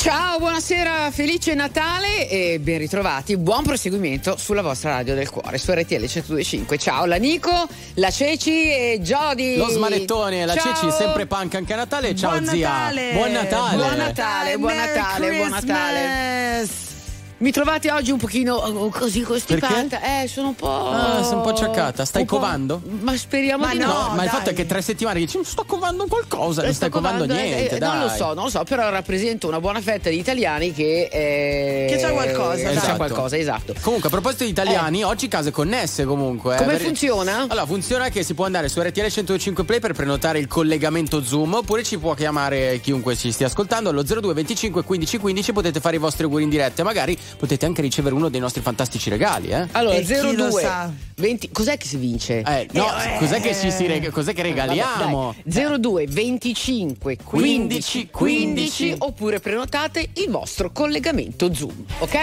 Ciao, buonasera, felice Natale e ben ritrovati. Buon proseguimento sulla vostra radio del cuore, su RTL 102.5. Ciao, la Nico, la Ceci e Jody. Lo smanettone, la Ciao. Ceci sempre punk anche a Natale. Ciao Buon zia. Natale. Buon Natale. Buon Natale, buon Natale, buon Natale. Mi trovate oggi un pochino così costipata? Sono un po'. Ah, sei un po' acciaccata. Stai covando? Ma speriamo di no. No, ma dai. il fatto è che 3 settimane dici sto covando qualcosa, non stai covando niente, dai. Non lo so, però rappresento una buona fetta di italiani che c'ha qualcosa, Che dai. c'ha qualcosa, esatto. Comunque, a proposito di italiani, oggi case connesse comunque. Come funziona? Allora, funziona che si può andare su RTL 105 Play per prenotare il collegamento Zoom, oppure ci può chiamare chiunque ci stia ascoltando allo 02 25 15 15, potete fare i vostri auguri in diretta e magari potete anche ricevere uno dei nostri fantastici regali, Allora, E chi lo 02 sa? 20. Cos'è che si vince? Cos'è che cos'è che regaliamo? Dai, 02 25 15 15 oppure prenotate il vostro collegamento Zoom, ok?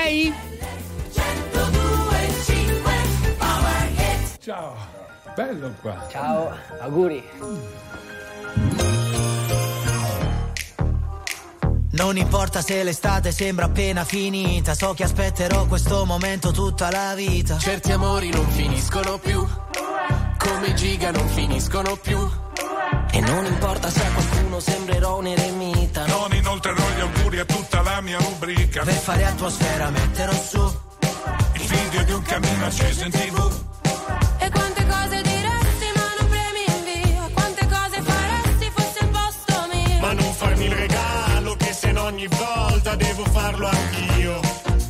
Ciao, bello qua. Ciao, auguri. Non importa se l'estate sembra appena finita, so che aspetterò questo momento tutta la vita. Certi amori non finiscono più, come giga non finiscono più. E non importa se a qualcuno sembrerò un eremita, Non inoltrerò gli auguri a tutta la mia rubrica. per fare atmosfera metterò su Il video di un cammino acceso in TV. E quante cose diresti ma non premi invia. Quante cose faresti fosse il posto mio. Ma non farmi il regalo che se no ogni volta devo farlo anch'io.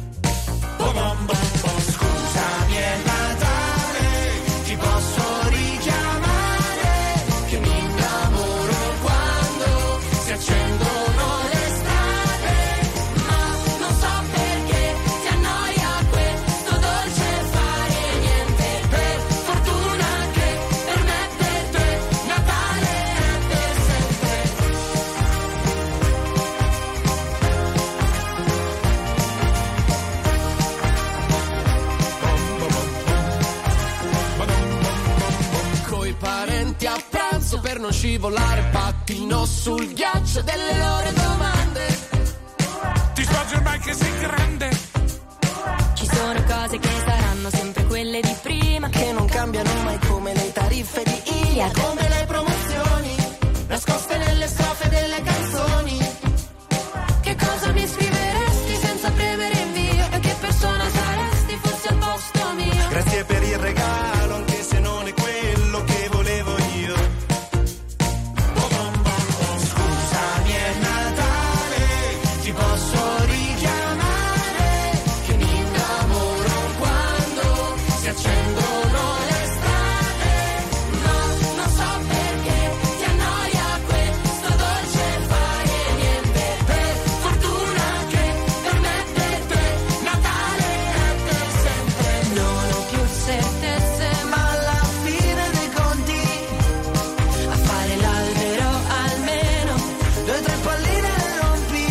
Scusami, è Natale, ti posso richiamare, che mi innamoro quando si accendono le strade. Ma non so perché ti annoia questo dolce fare niente. Per fortuna che per me e per te Natale è per sempre. Coi parenti a pranzo per non scivolare, pattino sul ghiaccio delle loro domande. Ti sbagli ormai che sei grande. Ci sono cose che saranno sempre quelle di prima, che non cambiano mai, come le tariffe di Ia, come le promozioni nascoste nelle strofe delle canzoni. Che cosa mi scriveresti senza premere invio? E che persona saresti fossi al posto mio? Grazie per il regalo, anche se non è quello che volevo io. Scusami, è Natale, ti posso richiamare, che mi innamoro quando si accendono le strade. Ma non so perché ti annoia questo dolce fare niente. Per fortuna che per me e per te Natale è per sempre. Non ho più certezze, Ma alla fine dei conti, a fare l'albero almeno 2 o 3 palline le rompi.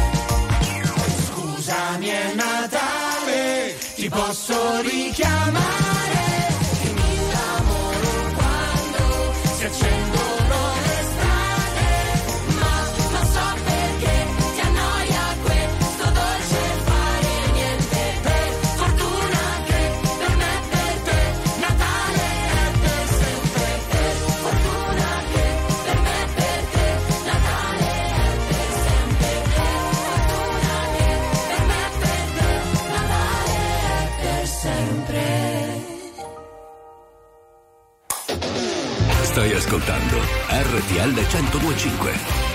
Scusami, è Natale, ti posso richiamare, che mi innamoro quando si accendono le strade. ma non so perché ti annoia questo dolce fare niente. Per fortuna che per me e per te Natale è per sempre. Per fortuna che per me e per te Natale è per sempre. Per fortuna che per me e per te Natale è per sempre. Stai ascoltando RTL 102.5.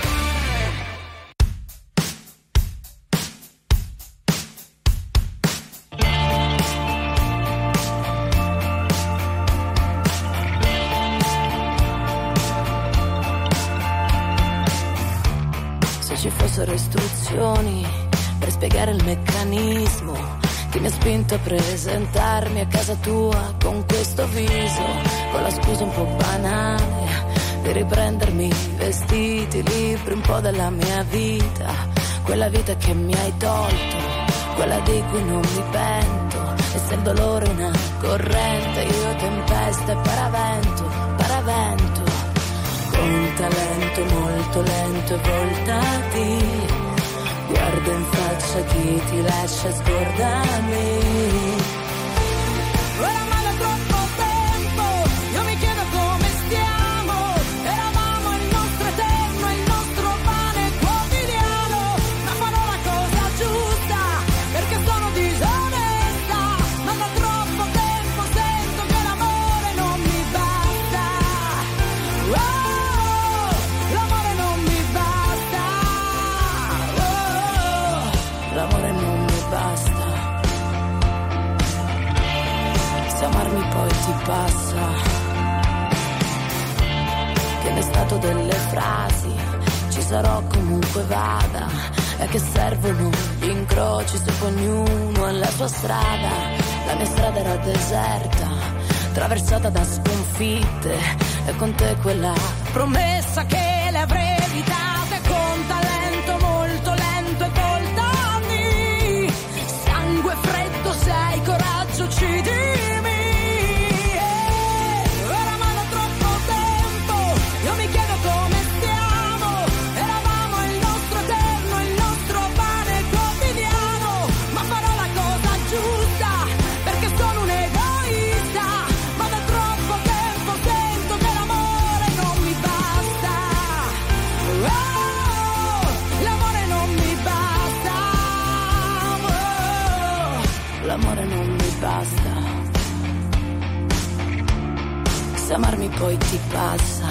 Se ci fossero istruzioni per spiegare il meccanismo che mi ha spinto a presentarmi a casa tua con questo viso, con la scusa un po' banale di riprendermi i vestiti, i libri, un po' della mia vita, quella vita che mi hai tolto, quella di cui non mi pento, e se il dolore è una corrente, io tempesta e paravento, paravento, con un talento molto lento e voltati, guarda in faccia chi ti lascia, scordami. Oramai da troppo tempo io mi chiedo come stiamo, eravamo il nostro eterno, il nostro pane quotidiano, ma farò la cosa giusta perché sono disonesta, ma da troppo tempo sento che l'amore non mi basta. Oh, l'amore non mi basta. Oh, l'amore non mi basta. Se amarmi poi ti passa, che ne è stato delle frasi, ci sarò comunque vada, e che servono gli incroci se poi ognuno ha la sua strada. La mia strada era deserta, attraversata da sconfitte, e con te quella promessa che le avrei date con talento molto lento e coltami, sangue freddo se hai coraggio uccidimi. Oramai da troppo tempo io mi chiedo come stiamo, eravamo il nostro eterno, il nostro pane quotidiano, ma farò la cosa giusta perché sono un egoista, ma da troppo tempo sento che l'amore non mi basta. Oh, l'amore non mi basta. Oh, l'amore non mi basta. Se amarmi poi ti passa.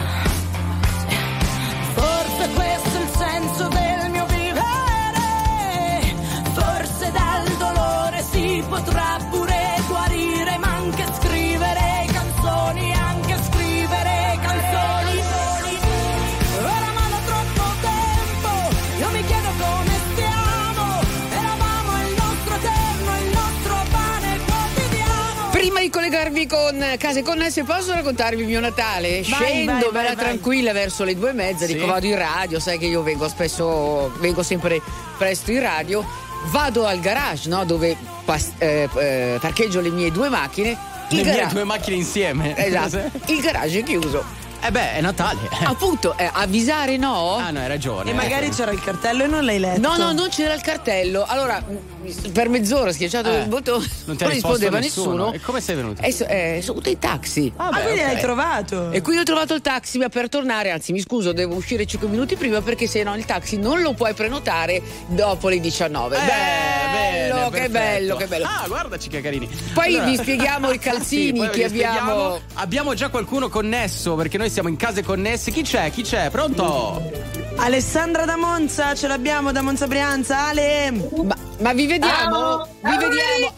Forse questo è il senso del mio vivere, forse dal dolore si potrà pure guarire, ma anche scrivere canzoni, anche scrivere canzoni. Oramai da troppo tempo io mi chiedo come stiamo, eravamo il nostro eterno, il nostro pane quotidiano. Prima di collegarvi con Case Connesse, posso raccontarvi il mio Natale? Scendo bella tranquilla verso le 2:30, dico vado in radio, sai che io vengo sempre presto in radio, vado al garage, no, dove parcheggio le mie due macchine. Le mie due macchine insieme. Esatto. Il garage è chiuso. È Natale. Appunto, avvisare no? Ah no, hai ragione. E magari c'era il cartello e non l'hai letto. No, non c'era il cartello. Allora, per mezz'ora ho schiacciato il bottone, non rispondeva nessuno. E come sei venuto? Sono venuto in taxi. Quindi l'hai trovato. E quindi ho trovato il taxi, ma per tornare, anzi mi scuso, devo uscire 5 minuti prima perché se no il taxi non lo puoi prenotare dopo le 19. Bello, che bello, che bello. Ah, guardaci che carini. Poi vi spieghiamo i calzini poi che abbiamo. Abbiamo già qualcuno connesso perché noi siamo in Case Connesse. Chi c'è? Pronto? Alessandra da Monza, ce l'abbiamo da Monza Brianza. Ale. Ma vi vediamo? Vi vediamo?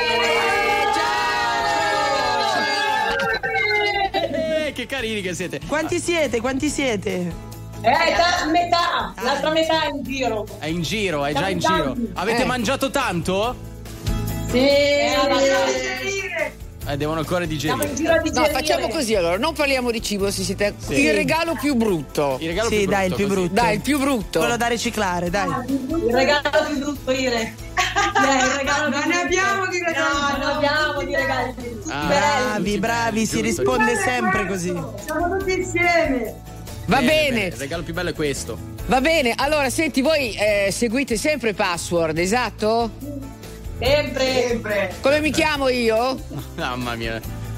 Ciao! Che carini che siete. Quanti siete? Metà, l'altra metà è in giro. È in giro, è già in giro. Avete mangiato tanto? Sì. Devono ancora digerire. No, facciamo così allora, non parliamo di cibo se siete. Sì. Il regalo più brutto. Il regalo sì, più brutto, dai, il più brutto. Dai, il più brutto. Quello da riciclare, dai. Il regalo più brutto, Ire. Il regalo non ne abbiamo di regali. No, non abbiamo di regali. Bravi, si risponde sempre così. Siamo tutti insieme. Va bene. Il regalo più bello è questo. Va bene, allora senti, voi seguite sempre Password, esatto? Sempre. Come mi chiamo io? Mamma mia.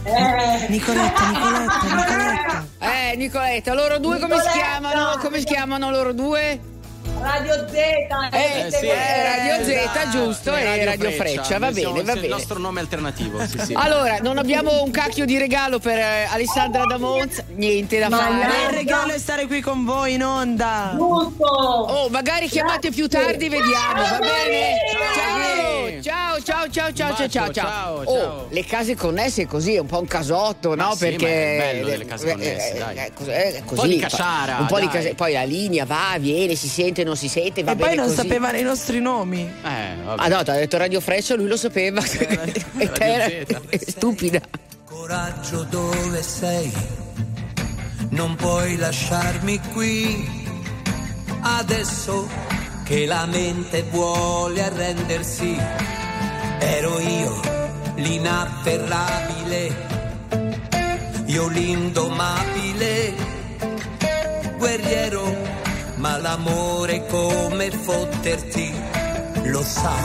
Nicoletta. Nicoletta, loro due come si chiamano? Come si chiamano loro due? Radio Z. Radio Z, giusto, e Radio Freccia. Va bene. Il nostro nome alternativo. Sì. Allora, non abbiamo un cacchio di regalo per Alessandra da Monza, niente da fare. Il regalo è stare qui con voi in onda. Giusto. Oh, magari chiamate più tardi, vediamo, va bene? Ciao. Oh, le Case Connesse così, è un po' un casotto, no? Sì, perché è bello delle Case Connesse, dai. Così, un po' di casciara. Un po' di casciara, poi la linea va, viene, si sente, non si sente, va e bene poi non così. sapevano i nostri nomi. Vabbè. Ah no, ti ha detto Radio Freccia, lui lo sapeva. E te era stupida. Coraggio, dove sei? Non puoi lasciarmi qui. Adesso che la mente vuole arrendersi, ero io l'inafferrabile, io l'indomabile, guerriero ma l'amore come fotterti lo sa.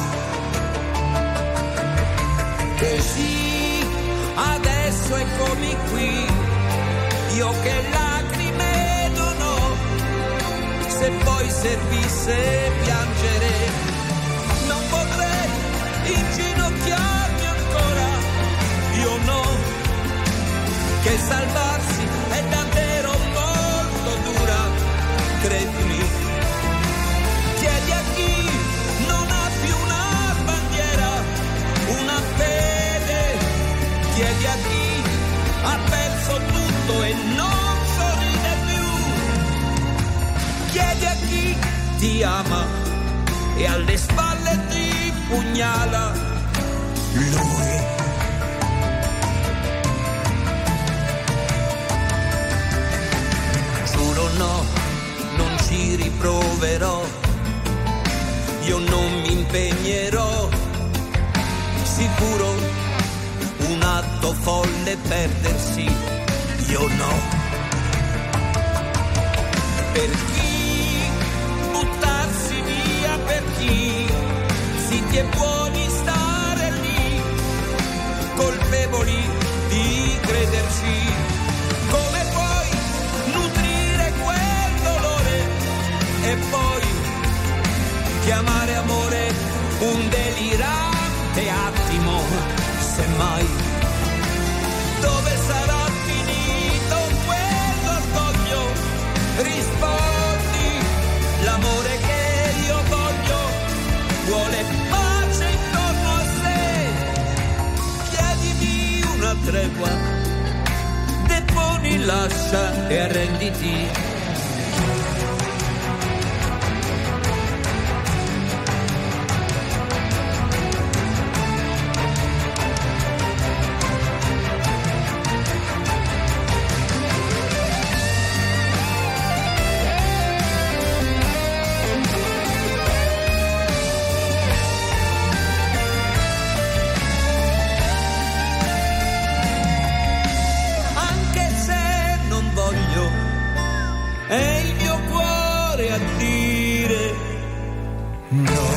Così adesso eccomi qui, io che lacrime non ho, se poi servisse piangere non potrei inginocchiarmi ancora, io no, che salvarsi è davvero molto dura, credimi. Chiedi a chi non ha più una bandiera, una fede, chiedi a chi ha perso tutto e non sorride più, chiedi a chi ti ama e alle spalle ti pugnala lui. Giuro no, non ci riproverò, io non mi impegnerò, sicuro un atto folle perdersi, io no. Per chi buttarsi via, per chi zitti e buoni stare lì, colpevoli di crederci, come puoi nutrire quel dolore e poi chiamare amore un delirante attimo, semmai. Dove sarà finito quell'orgoglio? Rispondi, l'amore che io voglio vuole pace intorno a sé. Chiedimi una tregua, deponi, lascia e arrenditi. È il mio cuore a dire no.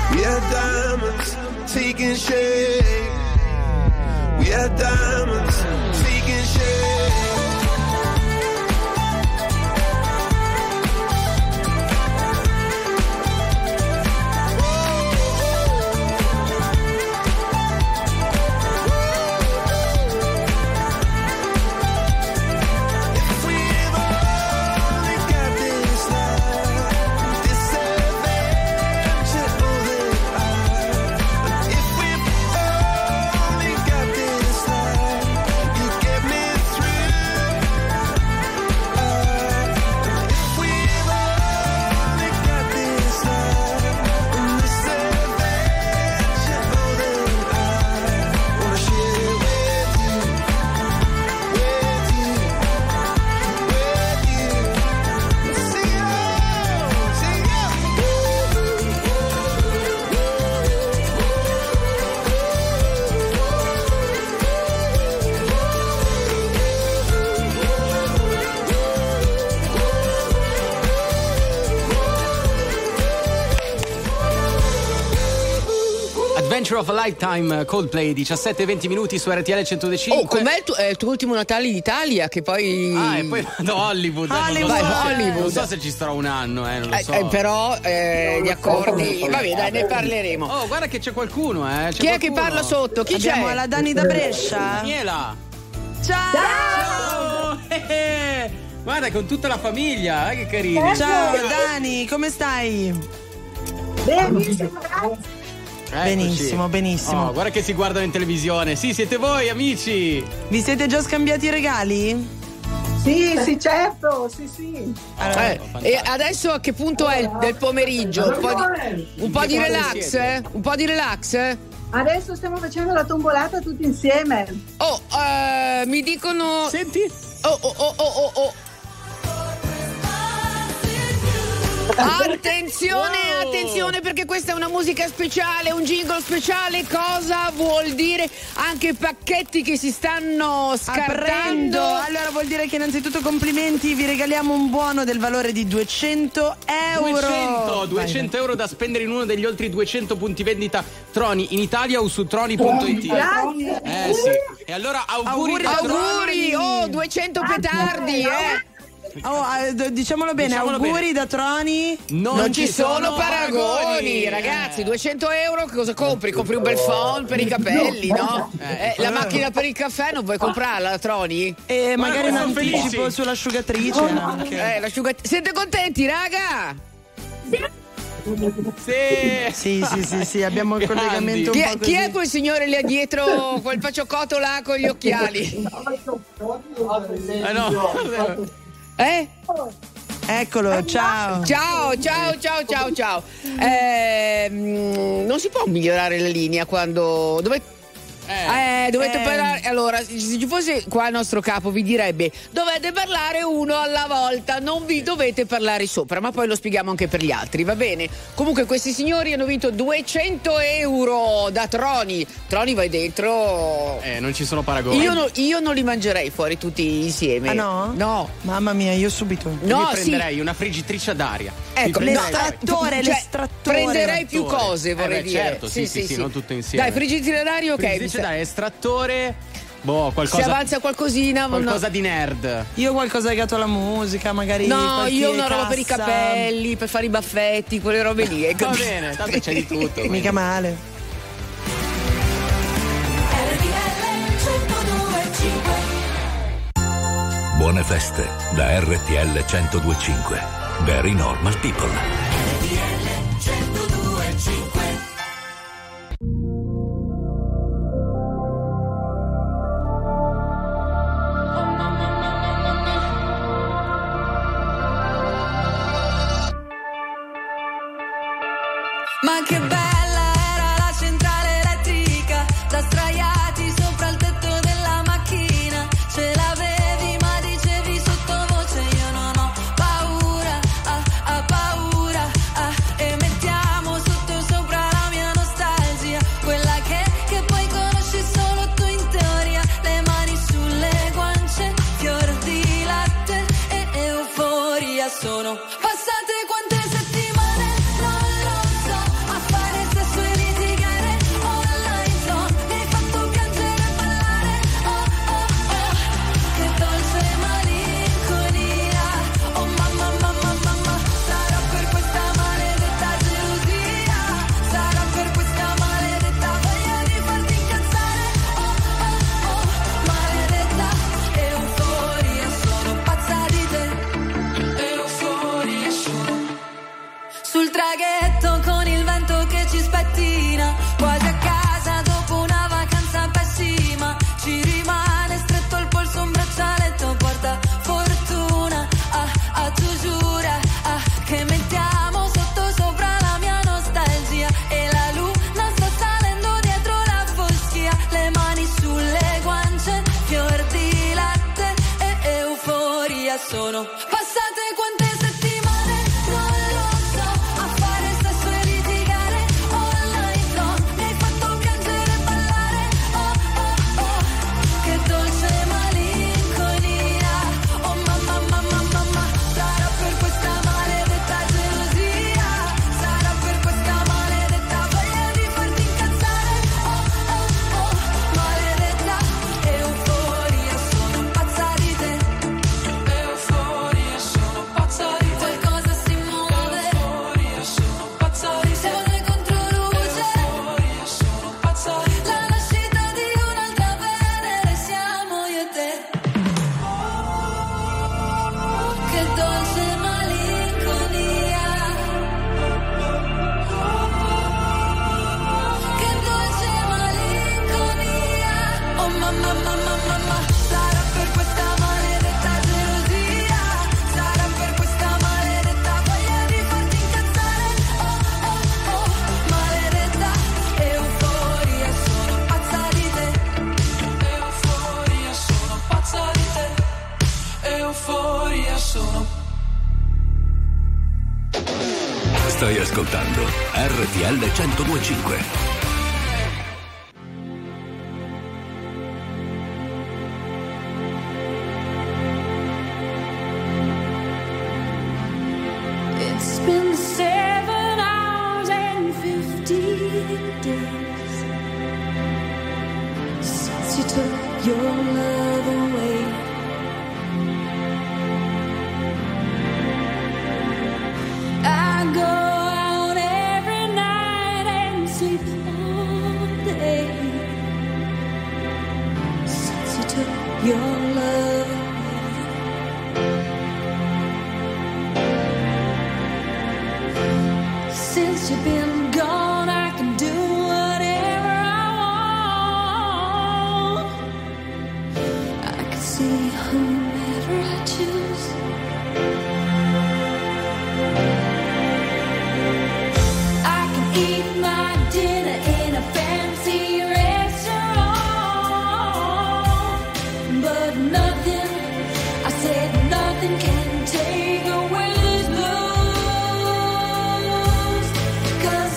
We are diamonds taking shape. We are diamonds taking shape. Adventure of a Lifetime, Coldplay, 17-20 minuti su RTL 105. Oh, com'è il tuo ultimo Natale in Italia? Che poi. Ah, e poi vado a Hollywood. Hollywood. Non so se ci starò un anno, non lo so. Però gli accordi. Vabbè, dai, ne parleremo. Oh, guarda che c'è qualcuno, Chi è che parla sotto? Chi c'è? Abbiamo la Dani da Brescia. Daniela. Ciao! Guarda, con tutta la famiglia, che carini. Ciao Dani, come stai? Benissimo. Benissimo, benissimo. Oh, guarda che si guardano in televisione. Sì, siete voi, amici. Vi siete già scambiati i regali? Sì, certo, sì. Allora, e adesso a che punto è del pomeriggio? Un po' di relax, Un po' di relax, Adesso stiamo facendo la tombolata tutti insieme. Oh, mi dicono. Senti? Oh. Attenzione perché questa è una musica speciale, un jingle speciale. Cosa vuol dire? Anche pacchetti che si stanno scartando. Allora vuol dire che innanzitutto complimenti, vi regaliamo un buono del valore di 200 euro. 200 euro da spendere in uno degli oltre 200 punti vendita Troni in Italia o su troni.it. Sì. E allora auguri. Oh, 200 petardi, diciamolo bene, auguri da Troni. Non ci sono paragoni, ragazzi. 200 euro, cosa compri? Compri un bel phon per i capelli, no? La macchina per il caffè non vuoi comprarla da Troni? E magari un anticipo sull'asciugatrice anche. Siete contenti, raga? Sì, abbiamo il collegamento un po' Chi è quel signore lì dietro, quel paciocotto là con gli occhiali? Eccolo, ciao. Non si può migliorare la linea quando dovete parlare. Allora, se ci fosse qua il nostro capo vi direbbe: dovete parlare uno alla volta, non vi dovete parlare sopra, ma poi lo spieghiamo anche per gli altri, va bene? Comunque questi signori hanno vinto 200 euro da Troni. Troni, vai dentro. Non ci sono paragoni. Io non li mangerei fuori tutti insieme. Ah no? No. Mamma mia, io subito. No, io prenderei una friggitrice ad aria. Ecco, l'estrattore. Prenderei più cose, vorrei dire. Certo, sì, non tutto insieme. Dai, friggitrice ad aria, ok. Dai, estrattore. Qualcosa. Si avanza qualcosina. Qualcosa di nerd. Io qualcosa legato alla musica, magari. No, io una roba per i capelli, per fare i baffetti, quelle robe lì. Va bene, tanto c'è di tutto. Mica male. Buone feste da RTL 102.5. Very normal people. RTL 102.5. Ma che bella era la centrale elettrica, da sdraiati sopra il tetto della macchina. Ce l'avevi ma dicevi sottovoce io non ho paura, paura, e mettiamo sotto sopra la mia nostalgia, quella che poi conosci solo tu in teoria. Le mani sulle guance, fior di latte e euforia. Sono passate quante settimane, non lo so, a fare traghetto con il vento che ci spettina, quasi a casa dopo una vacanza pessima. Ci rimane stretto il polso, un braccialetto porta fortuna. Tu giura che mettiamo sotto sopra la mia nostalgia, e la luna sta salendo dietro la foschia. Le mani sulle guance, fior di latte e euforia. Sono passate quante settimane, non lo so, a fare sesso e litigare online zone. Mi hai fatto piangere e ballare, oh oh oh, che dolce malinconia. Oh mamma mamma mamma, sarà per questa maledetta gelosia, sarà per questa maledetta voglia di farti incazzare, oh oh oh, maledetta euforia. Sono pazza di te, euforia, sono pazza di te. Qualcosa si muove, euforia, sono pazza di te. Siamo noi contro luce, euforia, sono pazza di te. La nascita di un'altra Venere siamo io e te. Che dolce malinconia, che dolce malinconia. Oh mamma mamma mamma, sarà per questa maledetta gelosia, sarà per questa maledetta voglia di farti incazzare, oh oh oh, maledetta euforia. Sono pazza di te, euforia, sono pazza di te, euforia, sono. Stai ascoltando RTL 102.5. It's been 7 hours and 15 days since you took your love away. I go out every night and sleep all day since you took your love away. Since you've been gone, I can do whatever I want. I can see whomever I choose. I can eat my dinner in a fancy restaurant, but nothing, I said nothing can take away these blues. 'Cause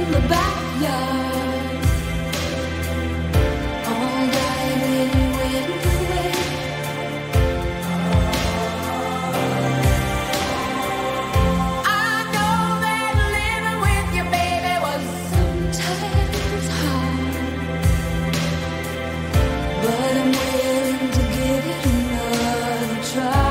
in the backyard. All night we went away. I know that living with you, baby, was sometimes hard, but I'm willing to give it another try.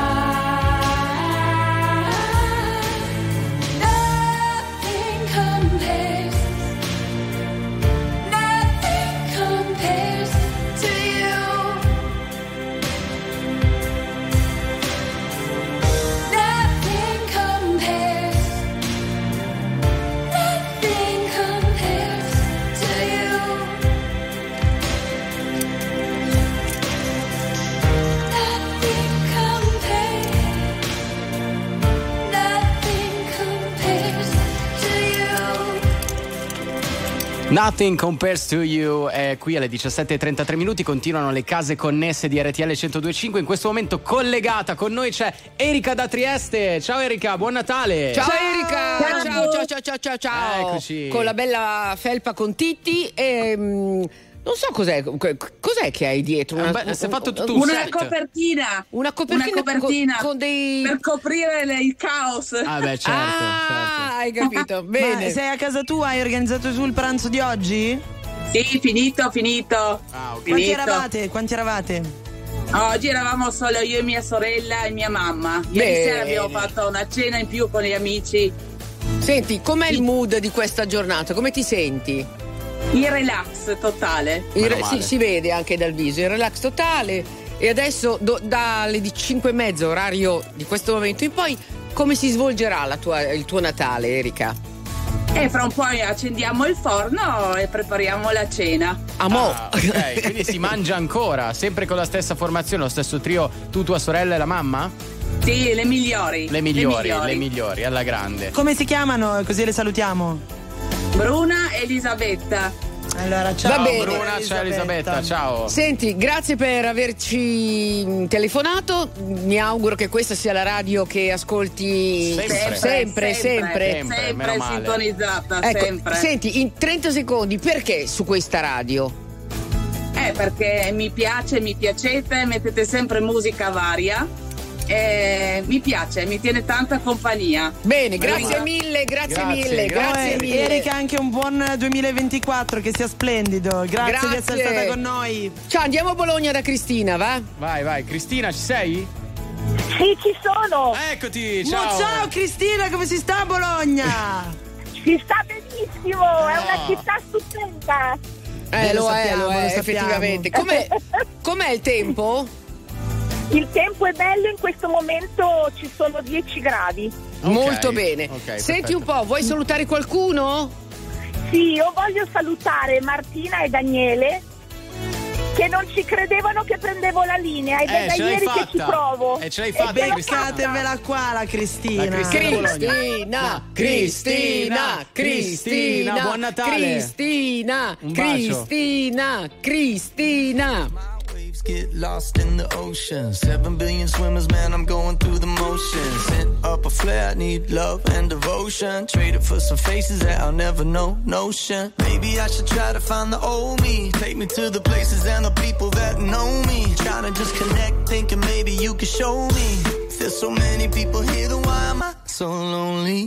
Nothing Compares to You. Qui alle 17:33 minuti continuano le case connesse di RTL 102.5. In questo momento collegata con noi c'è Erika da Trieste. Ciao Erika, buon Natale. Ciao Erika. Ciao. Eccoci. Con la bella felpa con Titti e non so cos'è che hai dietro. Si è fatto tutto un una set. copertina. Una copertina con dei per coprire il caos. Ah beh, certo. Hai capito. Bene. Ma sei a casa tua? Hai organizzato tu il pranzo di oggi? Sì, finito. Ah, okay. Quanti eravate? Oggi eravamo solo io e mia sorella e mia mamma. Ieri sera abbiamo fatto una cena in più con gli amici. Senti, com'è il mood di questa giornata? Come ti senti? Il relax totale. Si vede anche dal viso, il relax totale. E adesso dalle 5:30 orario di questo momento in poi, come si svolgerà il tuo Natale, Erika? E fra un po' accendiamo il forno e prepariamo la cena. Ok, quindi si mangia ancora, sempre con la stessa formazione, lo stesso trio, tu, tua sorella e la mamma? Sì, le migliori. Le migliori, alla grande. Come si chiamano? Così le salutiamo. Bruna e Elisabetta. Allora, ciao. Va bene, Bruna, ciao Elisabetta, ciao. Senti, grazie per averci telefonato. Mi auguro che questa sia la radio che ascolti sempre sintonizzata, ecco, sempre. Senti, in 30 secondi, perché su questa radio? Perché mi piace, mi piacete, mettete sempre musica varia. Mi piace, mi tiene tanta compagnia. Bene, grazie mille. Erika, anche un buon 2024, che sia splendido. Grazie di essere stata con noi. Ciao, andiamo a Bologna da Cristina, va? Vai, Cristina, ci sei? Sì, ci sono. Eccoti, ciao. Ciao Cristina, come si sta a Bologna? Si sta benissimo, è una città stupenda. Lo è, effettivamente. Com'è il tempo? Il tempo è bello, in questo momento ci sono 10 gradi. Molto bene. Senti un po', vuoi salutare qualcuno? Sì, io voglio salutare Martina e Daniele, che non ci credevano che prendevo la linea, ed è da ieri che ci provo. E ce l'hai fatta, beccatevela qua la Cristina. Cristina, buon Natale. Cristina. Get lost in the ocean. 7 billion swimmers, man, I'm going through the motions. Sent up a flare, I need love and devotion. Traded for some faces that I'll never know, notion. Maybe I should try to find the old me. Take me to the places and the people that know me. Trying to just connect, thinking maybe you could show me. There's so many people here, then why am I so lonely?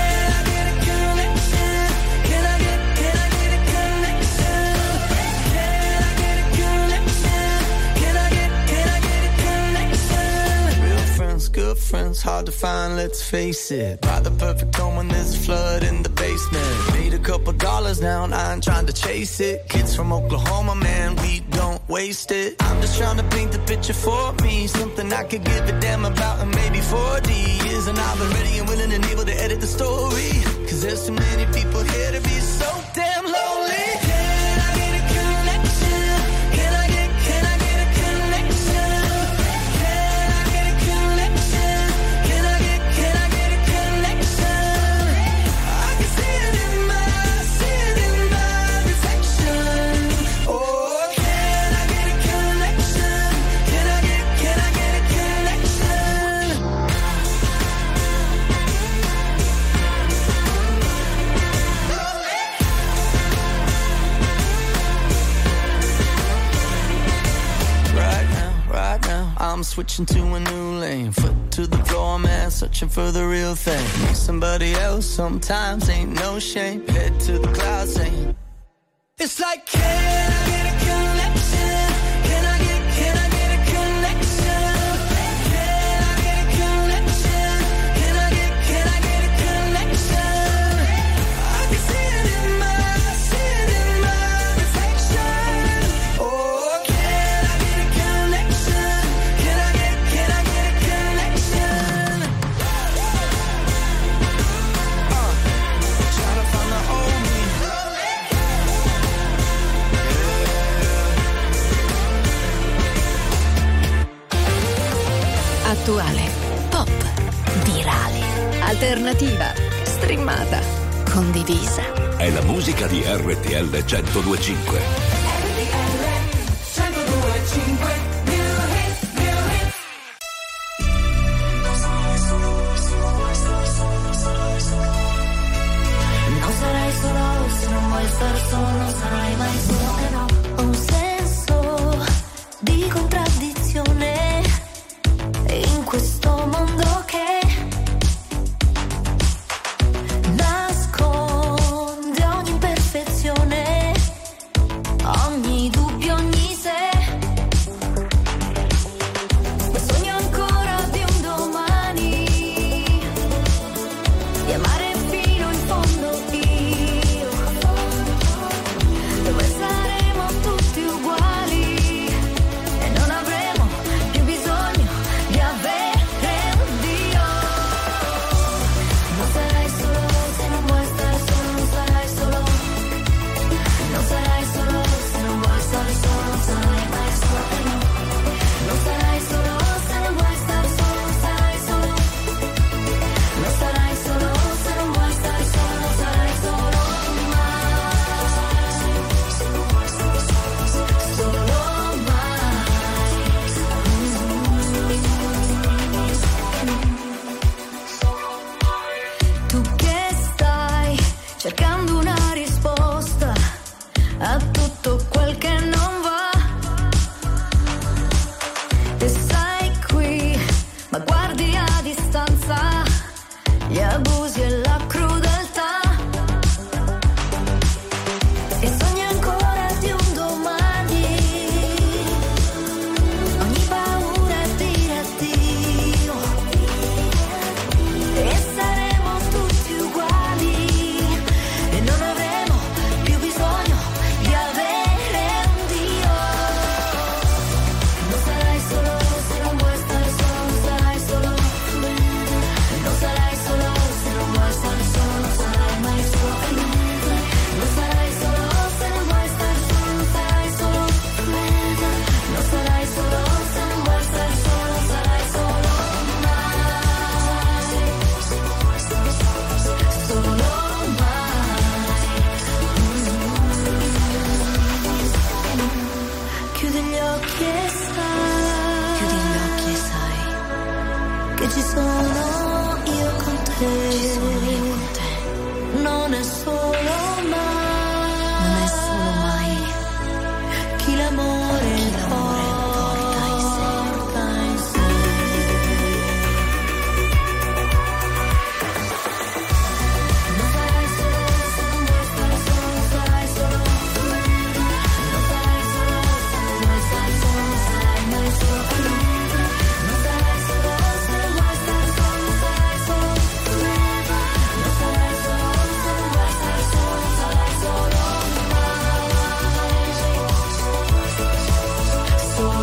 Good friends, hard to find, let's face it. Buy the perfect home when there's a flood in the basement. Made a couple dollars now and I ain't trying to chase it. Kids from Oklahoma, man, we don't waste it. I'm just trying to paint the picture for me. Something I could give a damn about in maybe 40 years. And I've been ready and willing and able to edit the story. Cause there's too many people here to be so damn lonely. switching to a new lane. Foot to the floor, man, searching for the real thing. Need somebody else sometimes, ain't no shame. Head to the clouds, saying it's like, can I get a connection? Can I get a connection? Can I get a connection? Can I get a connection? I can see it in my reflection. Oh, can I get a connection? Can I get a connection? Trying to find the old me. Attuale, pop, virale, alternativa, streamata, condivisa. È la musica di RTL 102.5. Non sarai solo se non vuoi star solo, non sarai mai solo, no. Ho un senso di contraddizione in questo mondo che nasconde ogni imperfezione, ogni dubbio, ogni se. Ma sogno ancora di un domani, di amare fino in fondo io, dove saremo tutti uguali e non avremo più bisogno di avere un Dio. Non sarai solo se non vuoi stare solo, non sarai solo. Non sarai solo se non vuoi stare solo, non sarai mai solo, no. Non sarai solo se non vuoi stare solo, non sarai solo. Non sarai solo se non vuoi stare solo, non sarai solo mai. Solo mai. Tu che stai cercando una risposta a tutto quel che non va, e sei qui ma guardi a distanza gli abusi e la crudeltà, e sogni ancora di un domani, ogni paura è dire addio, e saremo tutti uguali e non avremo più bisogno di avere un Dio. Non sarai solo se non vuoi stare solo, non sarai solo. Non sarai solo se non vuoi stare solo, non sarai mai solo. Non sarai solo se non vuoi stare solo, non sarai solo. Non sarai solo se non vuoi stare solo, non sarai solo mai. Solo mai. Chiudi gli occhi e sai. Chiudi gli occhi e sai che ci sono io con te. Ci sono io con te. Non è solo mai. Non è solo mai. Chi l'amore porta in sé. Non sarai solo se non vuoi stare solo, non sarai solo. Non sarai solo se non vuoi stare solo, non sarai mai solo. Non sarai solo se non vuoi stare solo, non sarai solo. Non sarai solo se non vuoi stare solo, non sarai solo mai. Solo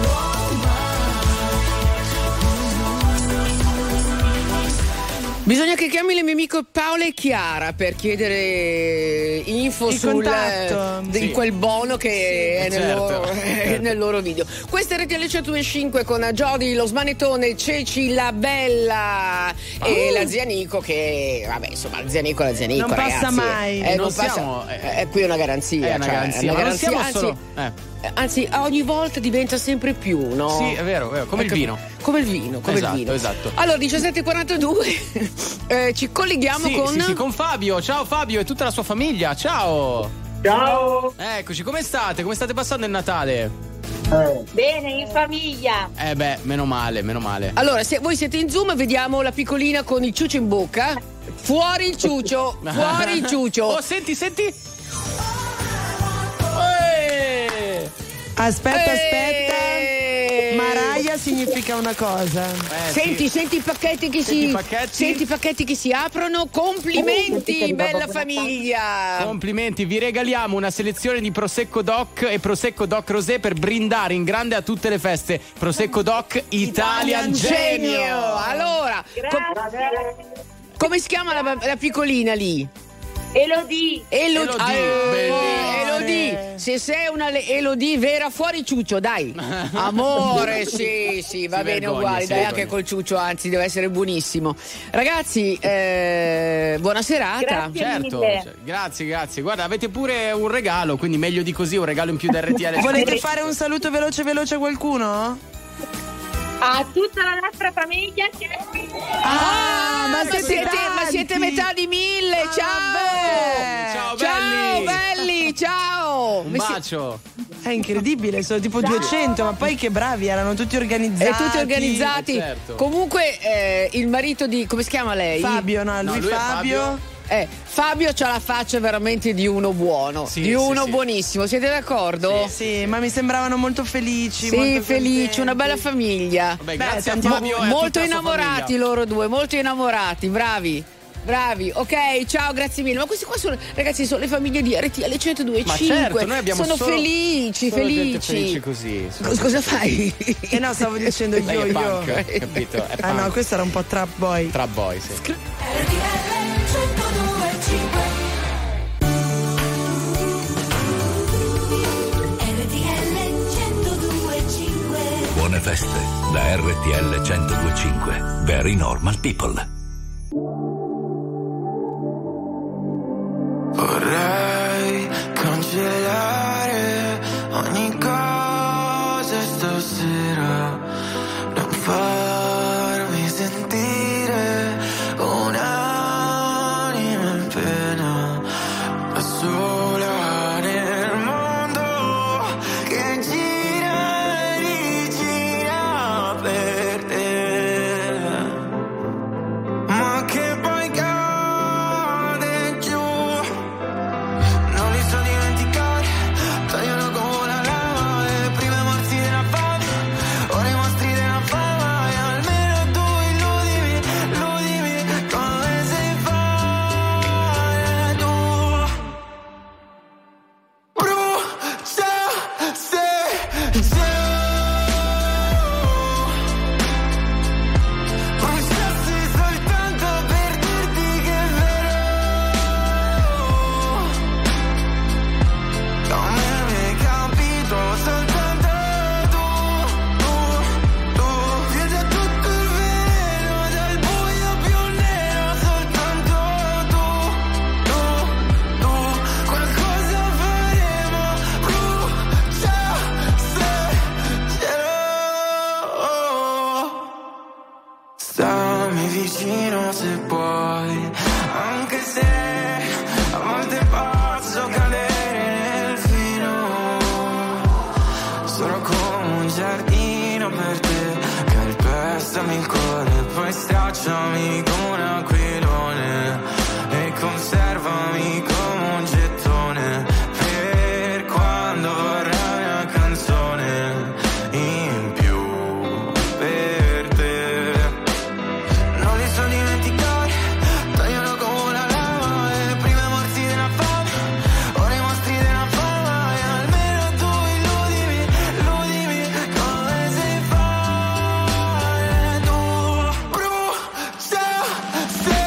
Bisogna che chiami le mie amiche Paola e Chiara per chiedere info Il sul contatto. di Sì. quel bono che è Certo. nel loro video. Questa è RTL 102.5 con Jody, lo smanettone, Ceci, la bella e la zia Nico che vabbè, insomma, la zia Nico, Non passa ragazzi, mai. non Non passa, siamo- è qui una garanzia, È una cioè, garanzia, è una ma non garanzia, siamo anzi, solo. anzi, ogni volta diventa sempre più, no? Sì, è vero, come il Ecco, vino. Come il vino, come Esatto, il vino. esatto. Allora, 17:42 ci colleghiamo con Fabio. Ciao Fabio e tutta la sua famiglia. Ciao. Ciao. Eccoci, come state? Come state passando il Natale? Bene, in famiglia. Meno male. Allora, se voi siete in Zoom, vediamo la piccolina con il ciuccio in bocca. Fuori il ciuccio, fuori il ciuccio. Oh, senti. Aspetta. Mariah significa una cosa. Senti i pacchetti che senti i pacchetti che si aprono. Complimenti, bella famiglia. Complimenti, vi regaliamo una selezione di Prosecco Doc e Prosecco Doc Rosé per brindare in grande a tutte le feste. Prosecco Doc Italian Genio. Allora, come si chiama la piccolina lì? Elodie. Elodie, se sei una Elodie vera, fuori ciuccio, dai. Amore, sì, va bene uguale, dai, anche col ciuccio, anzi deve essere buonissimo. Ragazzi, buona serata. Certo. Grazie. Guarda, avete pure un regalo, quindi meglio di così, un regalo in più da RTL. Volete fare un saluto veloce a qualcuno? A tutta la nostra famiglia. Ma siete metà di 1000. Ciao belli, ciao. Un bacio. È incredibile, sono tipo 200, ma poi che bravi, erano tutti organizzati. Certo. Comunque il marito di, come si chiama lei? Fabio, lui Fabio. Fabio c'ha la faccia veramente di uno buono, buonissimo, siete d'accordo? Sì, ma mi sembravano molto felici. Sì, felici, una bella famiglia. Vabbè, grazie a Fabio e molto a tutta innamorati loro due, molto innamorati, bravi, ok, ciao, grazie mille. Ma questi qua sono, ragazzi, sono le famiglie di RTL 102.5. Ma certo, noi abbiamo sono felici. Gente felice così. Cosa fai? No, stavo dicendo io. Punk, capito? È punk. No, questo era un po' Trap Boy. Trap Boy, sì. Buone feste da RTL 102.5. Very normal people. Vorrei cancellare ogni cosa stasera, non farmi sentire un'anima in pena, da sola nel mondo che gira e rigira per te, ma che poi cade giù. Non li so dimenticare, tagliano come una lama, e prima morsi della fame, ora i mostri della fama, e almeno tu illudimi come sei fare tu. Brucia se bruciassi soltanto per dirti che è vero, come mi hai capito soltanto tu, vedi tutto il vero dal buio più nero, soltanto tu, qualcosa faremo, brucia se stammi vicino se puoi, anche se a volte posso cadere nel fino, sono come un giardino per te, calpestami il cuore, poi stracciami come un aquilone e conservami come un gettone per quando vorrai una canzone in più per te. Non li so dimenticare, tagliano come una lama, e prima morsi della fame, ora i mostri della fama, e almeno tu illudimi come sei fare tu. Brucia se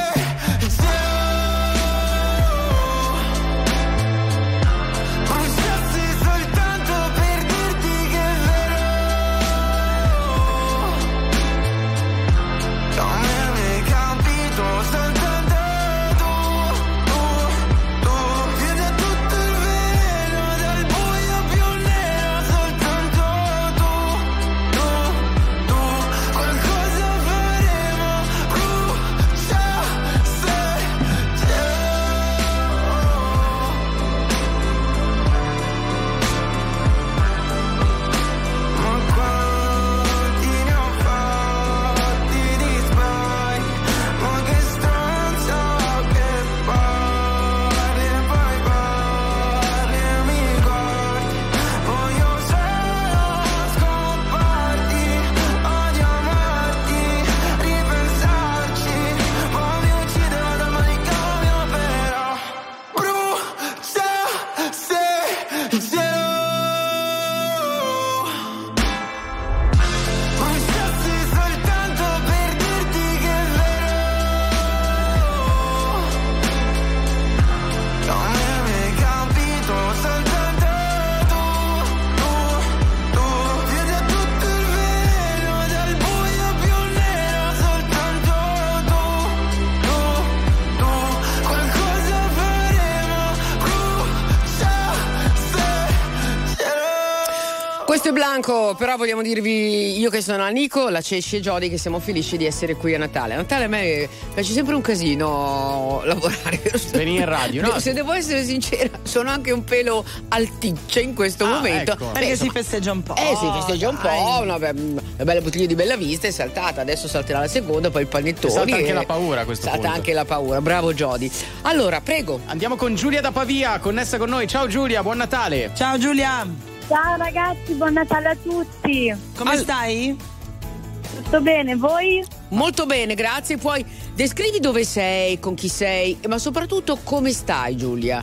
Questo è Blanco, però vogliamo dirvi, io che sono Anico, la Ceci e Jody, che siamo felici di essere qui a Natale. A Natale a me piace sempre un casino lavorare. Venire in radio, no? Se devo essere sincera, sono anche un pelo alticcia in questo momento. Ecco. Perché si festeggia un po'. Si festeggia un po', una bella bottiglia di Bella Vista è saltata, adesso salterà la seconda, poi il panettone. Salta anche la paura a questo punto. Salta anche la paura, bravo Jody. Allora, prego. Andiamo con Giulia da Pavia, connessa con noi. Ciao Giulia, buon Natale. Ciao Giulia. Ciao ragazzi, buon Natale a tutti. Come stai? Tutto bene, voi? Molto bene, grazie. Poi descrivi dove sei, con chi sei, ma soprattutto come stai, Giulia?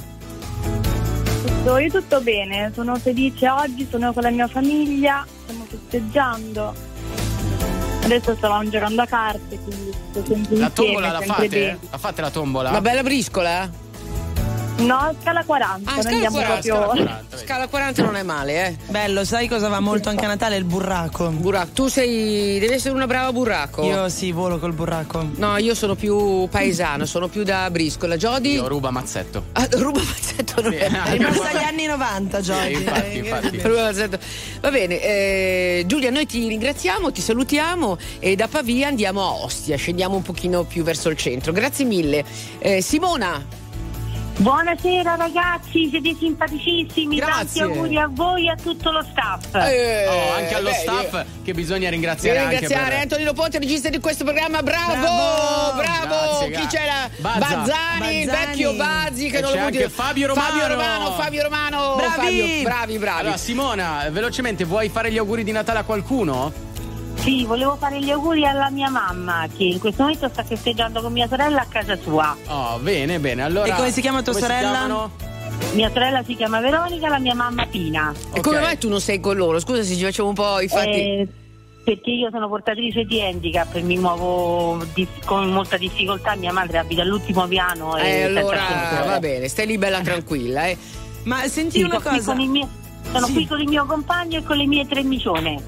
Io tutto bene, sono felice oggi, sono con la mia famiglia, stiamo festeggiando. Adesso stavamo giocando a carte, quindi sto sempre La insieme, tombola la sempre fate? bene. La fate la tombola? Una bella briscola? No, scala 40. Noi andiamo proprio. Scala 40 non è male, eh. Bello, sai cosa va molto anche a Natale? Il burraco. Tu devi essere una brava burraco. Io sì, volo col burraco. No, io sono più paesano, sono più da briscola. Jody? Io ruba mazzetto. Ruba mazzetto non è È rimasta agli anni 90, Jody. Infatti. Ruba mazzetto. Va bene, Giulia, noi ti ringraziamo, ti salutiamo e da Pavia andiamo a Ostia, scendiamo un pochino più verso il centro. Grazie mille. Simona. Buonasera ragazzi, siete simpaticissimi, Grazie. tanti auguri a voi e a tutto lo staff. Anche allo staff che bisogna ringraziare. Antonino Ponte, regista di questo programma. Bravo. Grazie, Chi c'era? Bazzani, il vecchio Bazzi che E non c'è lo anche Fabio Romano. Fabio Romano. Bravi. Bravi. Allora Simona, velocemente vuoi fare gli auguri di Natale a qualcuno? Sì, volevo fare gli auguri alla mia mamma che in questo momento sta festeggiando con mia sorella a casa sua. Oh, bene. Allora, E come si chiama tua sorella? Mia sorella si chiama Veronica, la mia mamma Pina. E come mai tu non sei con loro? Scusa se ci facciamo un po' i fatti. Perché io sono portatrice di handicap e mi muovo con molta difficoltà, mia madre abita all'ultimo piano e allora va bene, stai lì bella tranquilla. Ma senti una cosa. Sono qui con il mio compagno e con le mie 3 micione.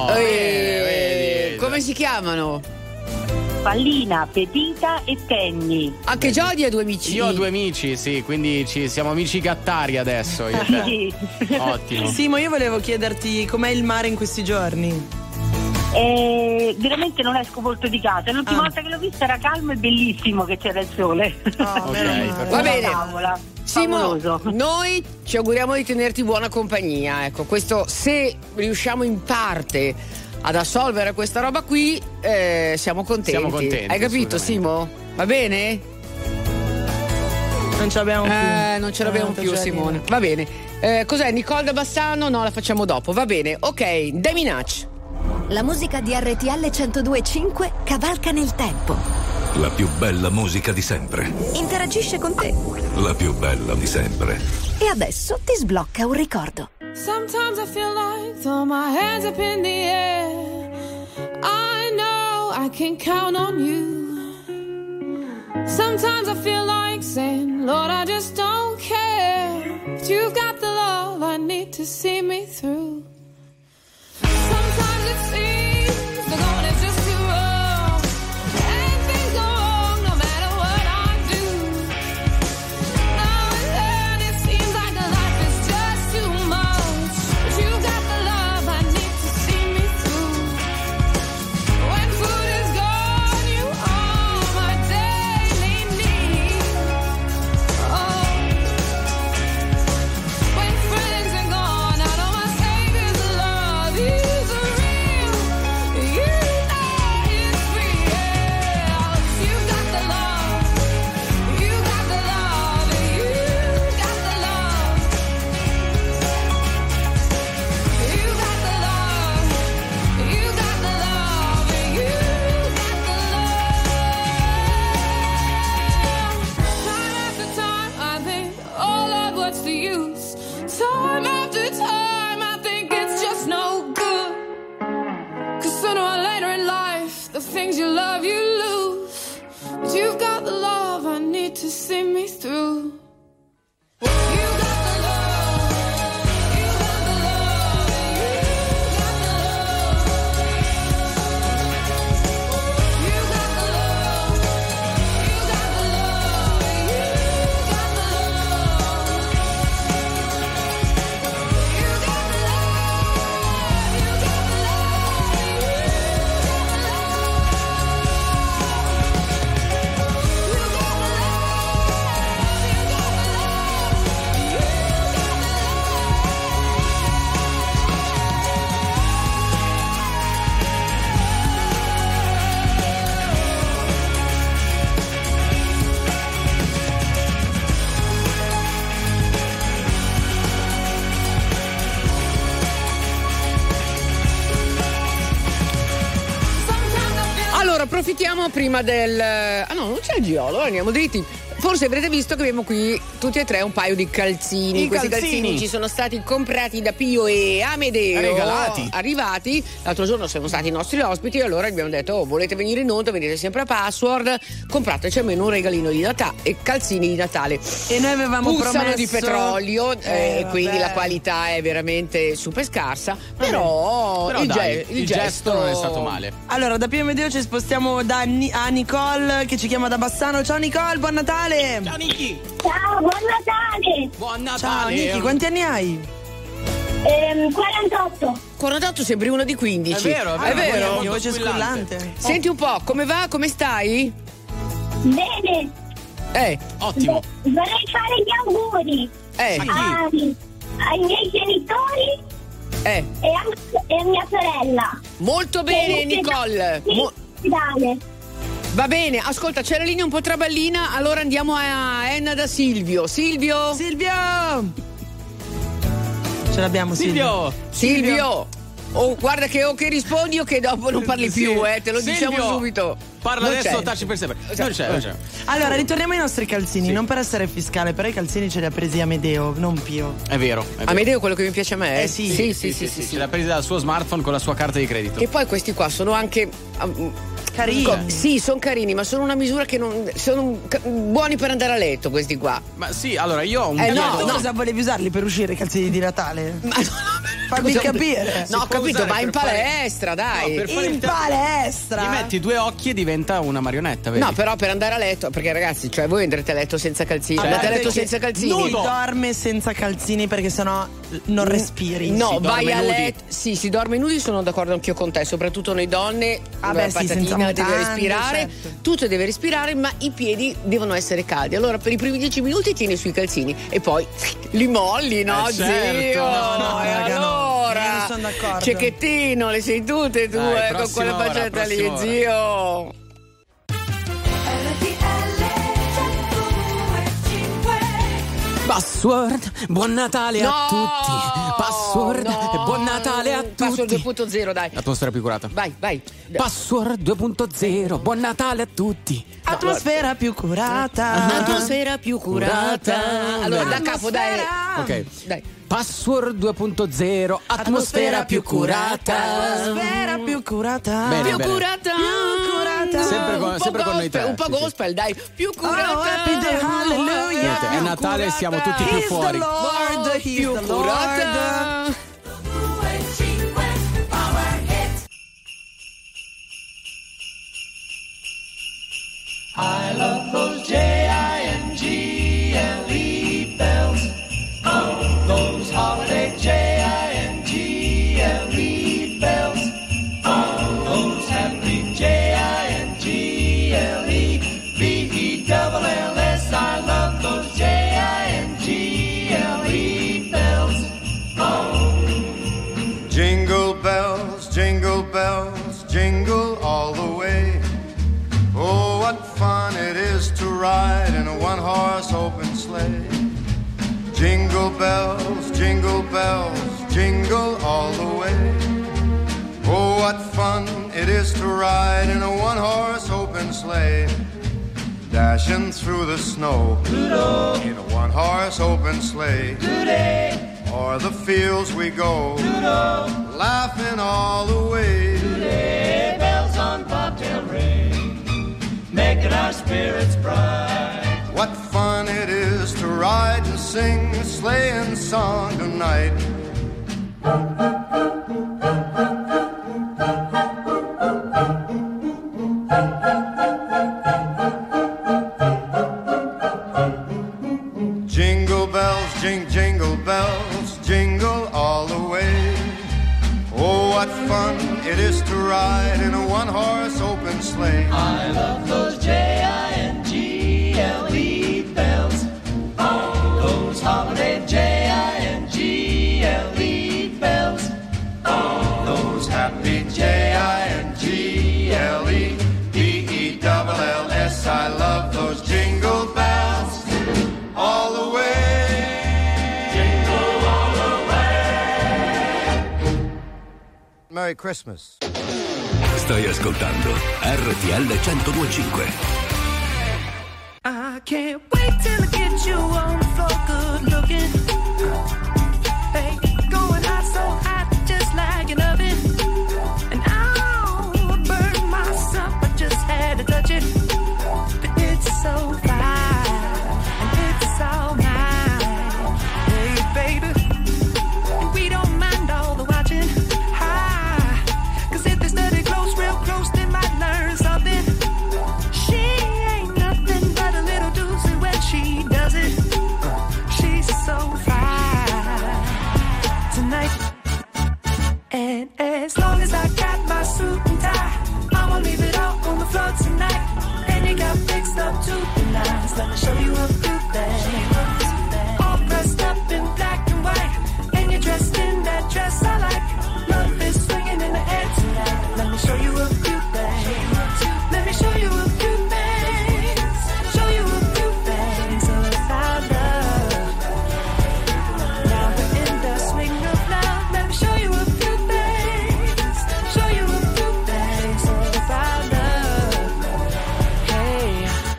Vedi. Come si chiamano? Pallina, Petita e Penny. Anche Jody ha 2 amici. Io ho 2 amici, sì, quindi siamo amici gattari adesso. Io e te. Ottimo. Simo, io volevo chiederti com'è il mare in questi giorni. Veramente non esco molto di casa. L'ultima volta che l'ho vista era calmo e bellissimo, che c'era il sole. Va bene. Simo, noi ci auguriamo di tenerti buona compagnia. Ecco, questo, se riusciamo in parte ad assolvere questa roba qui, siamo contenti. Siamo contenti. Hai capito, Simo? Va bene? Non ce l'abbiamo più. Non ce l'abbiamo più, Simone. Va bene. Cos'è? Nicole da Bassano? No, la facciamo dopo. Va bene. Ok, Demi Natch. La musica di RTL 102.5 cavalca nel tempo. La più bella musica di sempre. Interagisce con te. La più bella di sempre. E adesso ti sblocca un ricordo. Sometimes I feel like throw my hands up in the air. I know I can count on you. Sometimes I feel like saying, Lord, I just don't care. But you've got the love I need to see me through. Sometimes it seems the going is just too wrong. And things go wrong no matter what I do. Now and then it seems like the life is just too much. But you got the love I need to see me through. When food is gone, you are my daily need. Oh. When friends are gone, I know my Savior's love is real. You know it's real. You got the love. You got the love. You got the love. You got the love. You got the love. You got the love. Time after time, I think, oh Lord, what's the use? Time after time, I think it's just no good. 'Cause sooner or later in life, the things you love, you lose. But you've got the love I need to see me through. You got the love. You got the love. You got the love. You got the love. You got the love. You got the love. approfittiamo prima del... Ah no, non c'è il Giolo, andiamo dritti. Forse avrete visto che abbiamo qui tutti e tre un paio di calzini. Questi calzini ci sono stati comprati da Pio e Amedeo. Regalati. Arrivati. L'altro giorno siamo stati i nostri ospiti e allora abbiamo detto: volete venire in onda, venite sempre a Password, comprateci almeno un regalino di Natale e calzini di Natale. E noi avevamo promesso di petrolio e quindi la qualità è veramente super scarsa. Però il gesto non è stato male. Allora, da Pio e Amedeo ci spostiamo a Nicole che ci chiama da Bassano. Ciao Nicole, buon Natale. Ciao Niki. Ciao, buon Natale. Buon Natale. Ciao Niki, quanti anni hai? 48. 48 sembri uno di 15. È vero. Che voce squillante. Senti un po', come va? Come stai? Bene. Ottimo. Vorrei fare gli auguri ai miei genitori e a mia sorella. Molto bene, Nicole. Va bene, ascolta, c'è la linea un po' traballina, allora andiamo a Enna da Silvio. Silvio! Ce l'abbiamo, Silvio! Oh, guarda che rispondi o che dopo non parli più, te lo diciamo subito. Parla Non adesso, c'è. taci per sempre. Non c'è. Allora, ritorniamo ai nostri calzini, non per essere fiscale, però i calzini ce li ha presi Amedeo, non Pio. È vero. Amedeo è quello che mi piace a me? Sì. Ce l'ha presa dal suo smartphone con la sua carta di credito. E poi questi qua sono anche... carini. Sì, sono carini, ma sono una misura che non... sono buoni per andare a letto questi qua. Ma sì, allora io ho un tu cosa volevi usarli per uscire i calzini di Natale? Fammi capire. No, ho capito, vai in palestra, dai. In palestra? Gli metti due occhi e diventa una marionetta, vedi? No, però per andare a letto, perché ragazzi, cioè voi andrete a letto senza calzini. Andate a letto senza calzini. Si dorme senza calzini perché sennò non respiri. No, vai a letto. Sì, si dorme nudi, sono d'accordo anch'io con te, soprattutto noi donne. La patatina deve respirare, tutto deve respirare, ma i piedi devono essere caldi. Allora per i primi 10 minuti tieni sui calzini e poi li molli, no, zio? No, raga, allora, io non sono d'accordo. Cecchettino, le sei tutte tu, con quella faccetta lì, zio. Password, buon Natale a tutti. Password, buon Natale a tutti. Password 2.0, dai. Atmosfera più curata. Vai. Password 2.0, buon Natale a tutti. Atmosfera più curata. Atmosfera più curata. Allora, da capo, dai. Ok. Dai. Password 2.0, atmosfera più curata. Atmosfera più curata. Bene, Più curata. Sempre con noi tre. Un po' gospel, dai. Più curata. Niente, è Natale, siamo tutti più fuori. Più curata. I love those J-I-N-G-L-E bells. Oh, those holiday J-I-N-G-L-E bells. Oh, those happy J-I-N-G-L-E B-E-double-L-S. I love those J-I-N-G-L-E bells. Oh. Jingle bells, jingle bells, jingle all the way. Oh, what fun it is to ride in a one-horse open sleigh. Jingle bells, jingle all the way. Oh, what fun it is to ride in a one-horse open sleigh. Dashing through the snow Doodle. in a one-horse open sleigh. Doodle. O'er the fields we go, Doodle. laughing all the way. Doodle. Bells on bobtail ring, making our spirits bright. What fun it is to ride and sing a sleighing song tonight. Jingle bells, jingle bells, jingle all the way. Oh, what fun it is to ride in a one-horse open sleigh. I love those J-I-N-G-L-E bells. Oh, those holiday J-I-N-G-L-E bells. Oh, those happy J-I-N-G-L-E B-E-double-L-S. I love those jingle bells all the way. Jingle all the way. Merry Christmas. Stai ascoltando RTL 102.5. I can't wait till I get you on the floor, good looking. Hey, going hot, so hot, just like an oven. And I'll burn myself, I just had to touch it. But it's so fine, and it's all mine. Hey, baby, and we don't mind all the watching. Cause if they study close, real close, they might learn something. She ain't nothing but a little doozy when she does it. She's so fine tonight. And as long as I got my suit and tie, I'ma leave it all on the floor tonight. And you got fixed up to the nines. Let me show you a few things. All dressed up in black and white, and you're dressed in that dress I like. Love is swinging in the air tonight. Let me show you a few things. Let me show you a few things. Show you a few things of our love. Now we're in the swing of love. Let me show you a few things. Show you a few things of our love. Hey,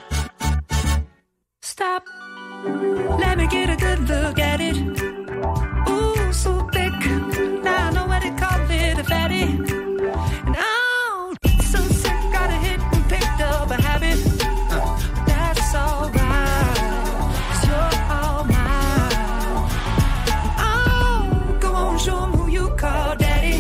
stop. Let me get a good look at it. Ooh, so thick. Now I know what they call it, a fatty. And oh, so sick, got a hit and picked up a habit. That's alright, 'cause you're all mine. Oh, go on, show 'em who you call daddy.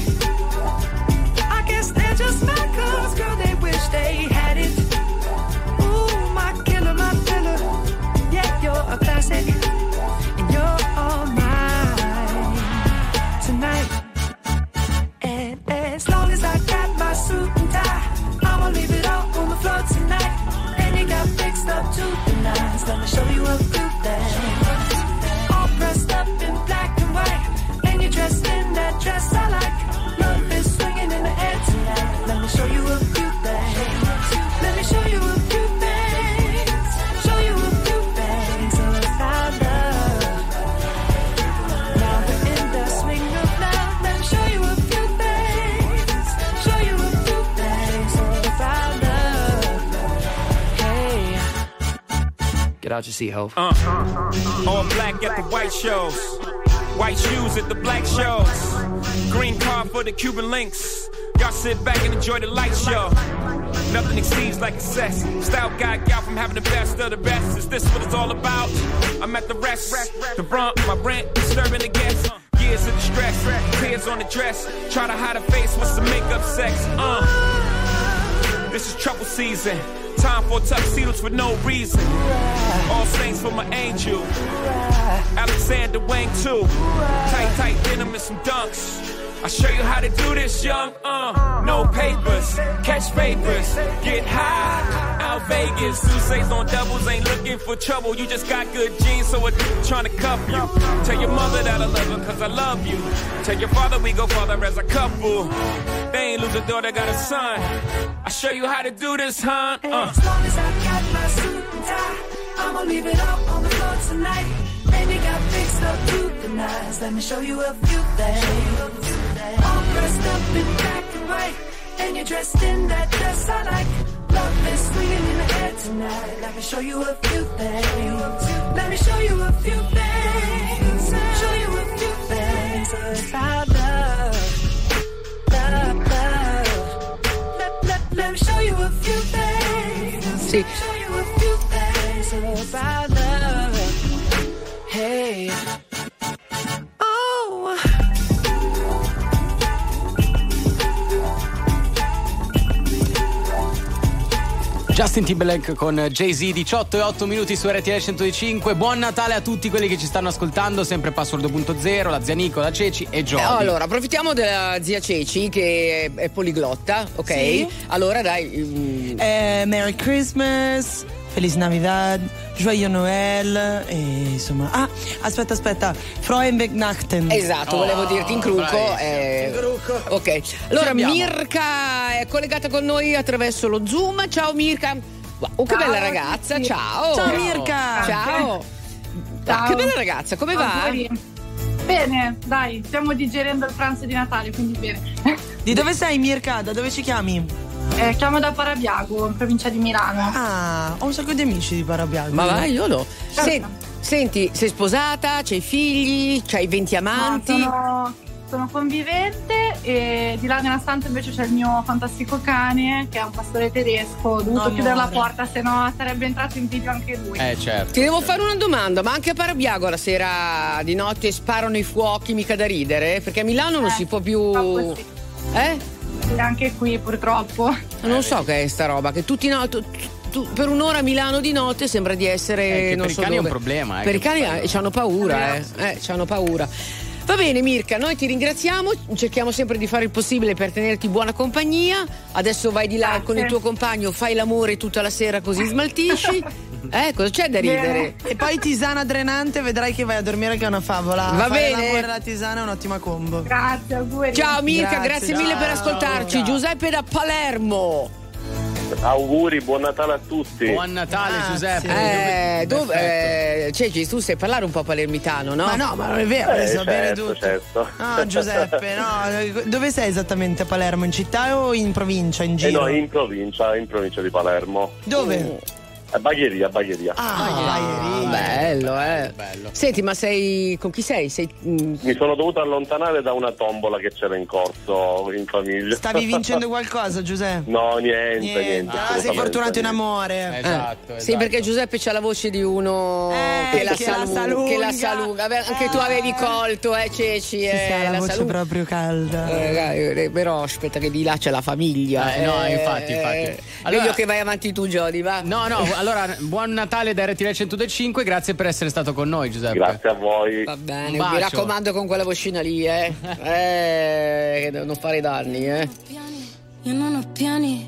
I guess they're just mad 'cause, girl, they wish they had it. Ooh, my killer, my filler. Yeah, you're a classic, and you're all mine tonight. And as long as I got my suit and tie, I'ma leave it all on the floor tonight. And you got fixed up to the nines. Let me show you a few things. All dressed up in black and white, and you're dressed in that dress I like. Love is swinging in the air tonight. Let me show you a few things. Let me show you a few things. Show you a few things of our love. Now we're in the swing of love. Let me show you a few things. Show you a few things of our love. Hey, Get out your seat, ho. All black at the white shows, white shoes at the black shows, green car for the Cuban links. Y'all sit back and enjoy the light show. Nothing exceeds like excess. Style guy, gal from having the best of the best. Is this what it's all about? I'm at the rest. The brunt, my rent, disturbing the guests. Years of distress, tears on the dress. Try to hide a face with some makeup sex. This is trouble season. Time for tuxedos for no reason. All saints for my angel. Alexander Wang too. Tight denim and some dunks. I'll show you how to do this, young. No papers, catch papers, get high. Out Vegas, Sousa's on doubles, ain't looking for trouble. You just got good genes, so I'm trying to cuff you. Tell your mother that I love her, 'cause I love you. Tell your father we go farther as a couple. They ain't lose a daughter, got a son. I'll show you how to do this, huh? As long as I got my suit and tie, I'ma leave it all on the floor tonight. And you got fixed up to the nines. Let me show you a few things. All dressed up in black and white, and you're dressed in that dress I like. Love is swinging in the air tonight. Let me show you a few things. Let me show you a few things. Show you a few things about love. Let me show you a few things. Sì. Show you a few things about love. Hey. Oh. Justin Timberlake con Jay-Z, 18 e 8 minuti su RTL 105. Buon Natale a tutti quelli che ci stanno ascoltando. Sempre Password 2.0, la zia Nicola, Ceci e Jody. Allora, approfittiamo della zia Ceci che è poliglotta, ok? Sì. Allora dai. Merry Christmas, Feliz Navidad, Joyeux Noël e insomma. Ah, aspetta, Freuen Weihnachten. Esatto, volevo dirti in crucco. Ok. Allora Mirka è collegata con noi attraverso lo Zoom. Ciao Mirka. Oh, che bella ragazza, ciao. Ciao Mirka. Ciao. Ciao. Che bella ragazza, come va? Bene, Bene, dai, stiamo digerendo il pranzo di Natale, quindi bene. Di dove sei, Mirka? Da dove ci chiami? Chiamo da Parabiago, in provincia di Milano. Ah, ho un sacco di amici di Parabiago. Ma vai, io no. Senti, sei sposata? C'hai figli? C'hai 20 amanti? No, sono convivente e di là nella stanza invece c'è il mio fantastico cane che è un pastore tedesco. Ho dovuto chiudere la porta, se no sarebbe entrato in video anche lui. Certo. Ti devo fare una domanda, ma anche a Parabiago la sera di notte sparano i fuochi, mica da ridere? Perché a Milano non si può più... Sì. Anche qui purtroppo. Non so che è sta roba, che tutti per un'ora a Milano di notte sembra di essere non per so i cani dove. è un problema. Per i cani c'hanno paura, c'hanno paura. Va bene Mirka, noi ti ringraziamo, cerchiamo sempre di fare il possibile per tenerti buona compagnia. Adesso vai di là con il tuo compagno, fai l'amore tutta la sera così smaltisci. Cosa c'è da ridere? E poi tisana drenante, vedrai che vai a dormire che è una favola. Va Fare bene. l'amore e la tisana è un'ottima combo. Grazie, auguri. Ciao Mirka, grazie mille per ascoltarci. Ciao. Giuseppe da Palermo. Auguri, buon Natale a tutti. Buon Natale Giuseppe. Ceci, tu sai parlare un po' palermitano, no? Ma no, ma non è vero, devi sapere tutto. Certo. No, Giuseppe, no. Dove sei esattamente a Palermo? In città o in provincia, in giro? No, in provincia di Palermo. Dove? Bagheria. Bagheria. Bello. Senti, ma sei con chi sei? Mi sono dovuto allontanare da una tombola che c'era in corso in famiglia. Stavi vincendo qualcosa, Giuseppe? No, niente. Sei fortunato in amore. Esatto. Sì, perché Giuseppe c'ha la voce di uno che la salunga. Anche tu avevi colto, Ceci. La voce proprio calda. Però aspetta che di là c'è la famiglia. No, infatti. Allora, meglio che vai avanti tu, Jody, va? No. Allora, buon Natale da RTL 105, grazie per essere stato con noi, Giuseppe. Grazie a voi. Va bene, mi raccomando con quella vocina lì, che non fare danni, Io non ho piani,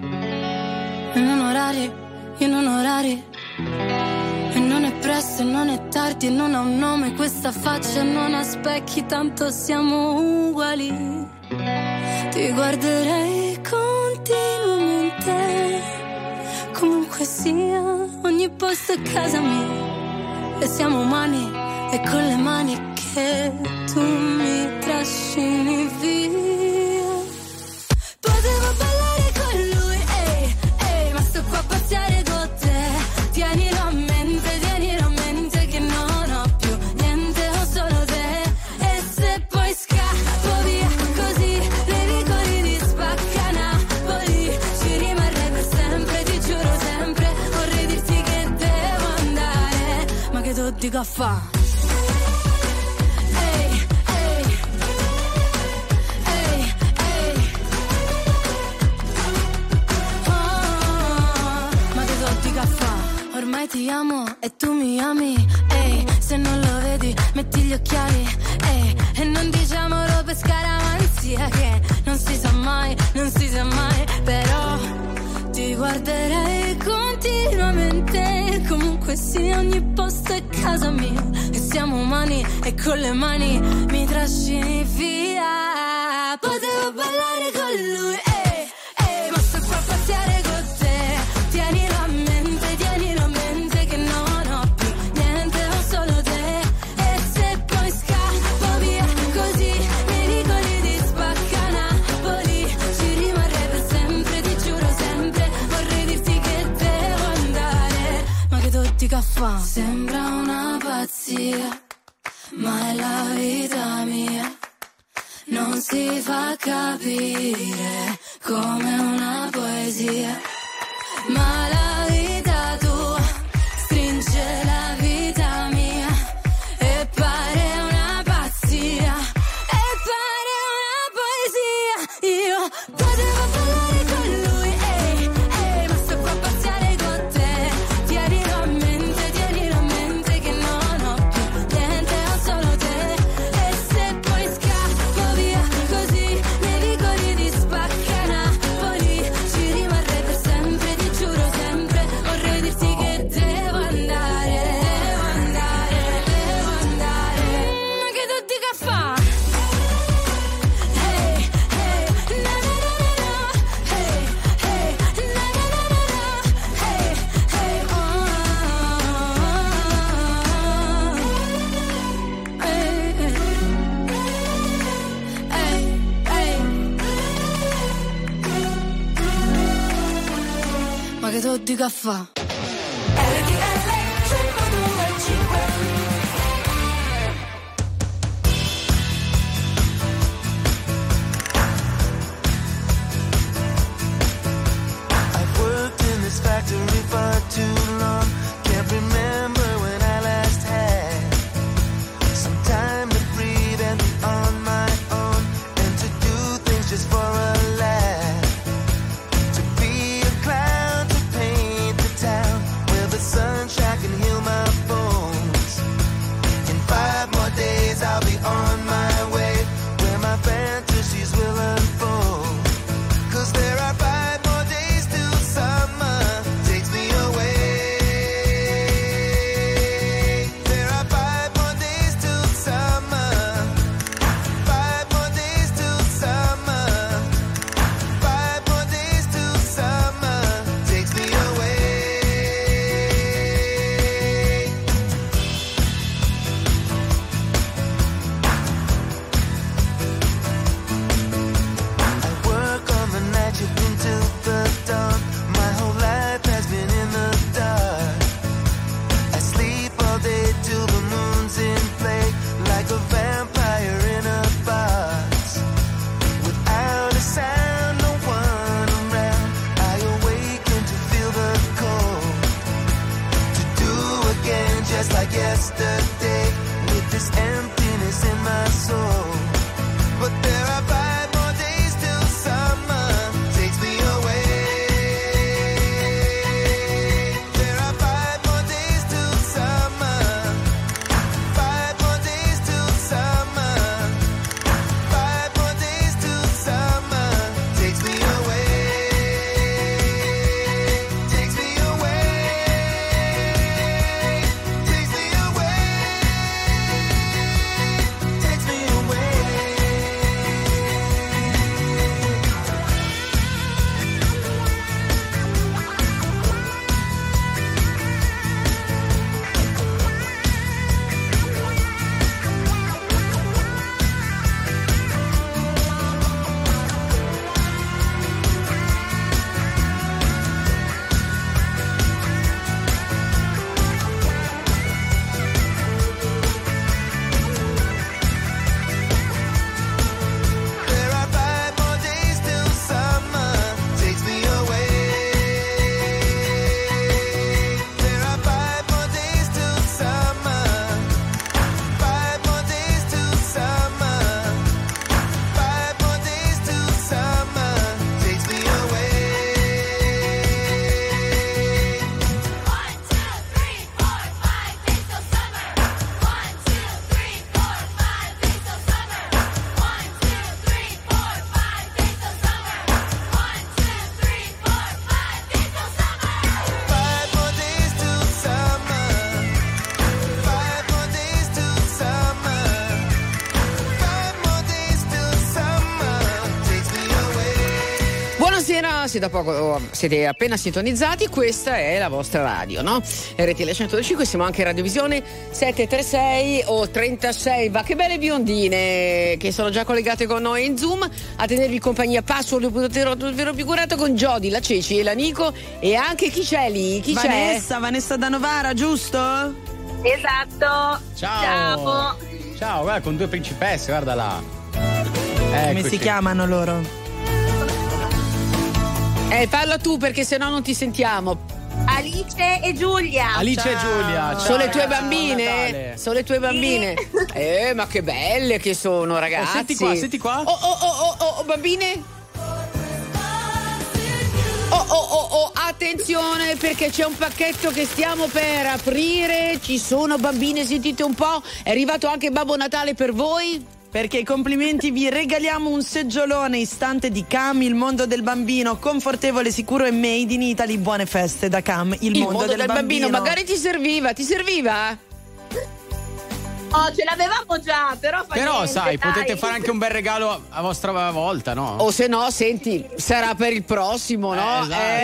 e non orari, io non orari. E non è presto, e non è tardi, e non ha un nome questa faccia, non ha specchi, tanto siamo uguali. Ti guarderei continuamente. Comunque sia, ogni posto è casa mia. E siamo umani, e con le mani che tu mi trascini via. Potevo ballare con lui, ma sto qua a pazziare con te. Tienilo a mente che non ho più niente, ho solo te. E se poi scappo via così, nei vicoli di Spacca Napoli, ci rimarrei per sempre, ti giuro sempre. Vorrei dirti che devo andare, ma che tu dico a fa'? Ormai ti amo e tu mi ami, se non lo vedi metti gli occhiali, e non diciamolo per scaramanzia che non si sa mai, però ti guarderei continuamente, comunque sia ogni posto è casa mia, e siamo umani e con le mani mi trascini via. Potevo ballare con lui, ma sto qua a pazziare con te, tienilo a mente che non ho più niente, ho solo te. E se poi scappo via così, nei vicoli di Spacca Napoli, ci rimarrei per sempre, ti giuro sempre. Vorrei dirti che devo andare, ma che tu dica fa'? Sembra una pazzia, ma è la vita mia. Non si fa capire come una poesia, ma la vita tua stringe la vita mia e pare una pazzia, e pare una poesia. Io potevo ballare con lui, ma sto qua a pazziare con te. Tienilo a mente che non ho più niente, ho solo te. E se poi scappo via così, nei vicoli di Spacca Napoli, ci rimarrei per sempre, ti giuro sempre. di caffè. Factory for too long. Can't remember when I last had some time to breathe and be on my own, and to do things just for a laugh. To be a clown, to paint the town where the sunshine can heal my bones. In 5 more days I'll be on my way, where my fantasies will unfold. 'Cause there are 5 more days till summer. Yesterday, with this emptiness in my soul. But there are 5 more days till summer takes me away. There are 5 more days till summer. 5 more days till summer. 5 more days till summer takes me away. Takes me away. Se da poco siete appena sintonizzati, questa è la vostra radio, no? RTL 105, siamo anche in radiovisione 736 o 36. Va che belle biondine che sono già collegate con noi in Zoom a tenervi compagnia. Passo davvero più curato con Jody, la Ceci e la Nico, e anche chi c'è lì? Chi c'è? Vanessa da Novara, giusto? Esatto. Ciao. Ciao, guarda, con 2 principesse, guarda là. Come si chiamano loro? Parla tu perché sennò non ti sentiamo. Alice e Giulia. Alice e Giulia. Ciao, sono le tue bambine? Sono le tue bambine? Sì. Ma che belle che sono, ragazzi. Senti qua. Oh, bambine. Attenzione perché c'è un pacchetto che stiamo per aprire. Ci sono bambine, sentite un po'. È arrivato anche Babbo Natale per voi. Perché complimenti, vi regaliamo un seggiolone istante di Cam, il mondo del bambino, confortevole, sicuro e made in Italy. Buone feste da Cam, il mondo del bambino. Magari ti serviva? Oh, ce l'avevamo già, però niente, sai, dai. Potete fare anche un bel regalo a vostra volta, no? O se no, senti, sarà per il prossimo, no?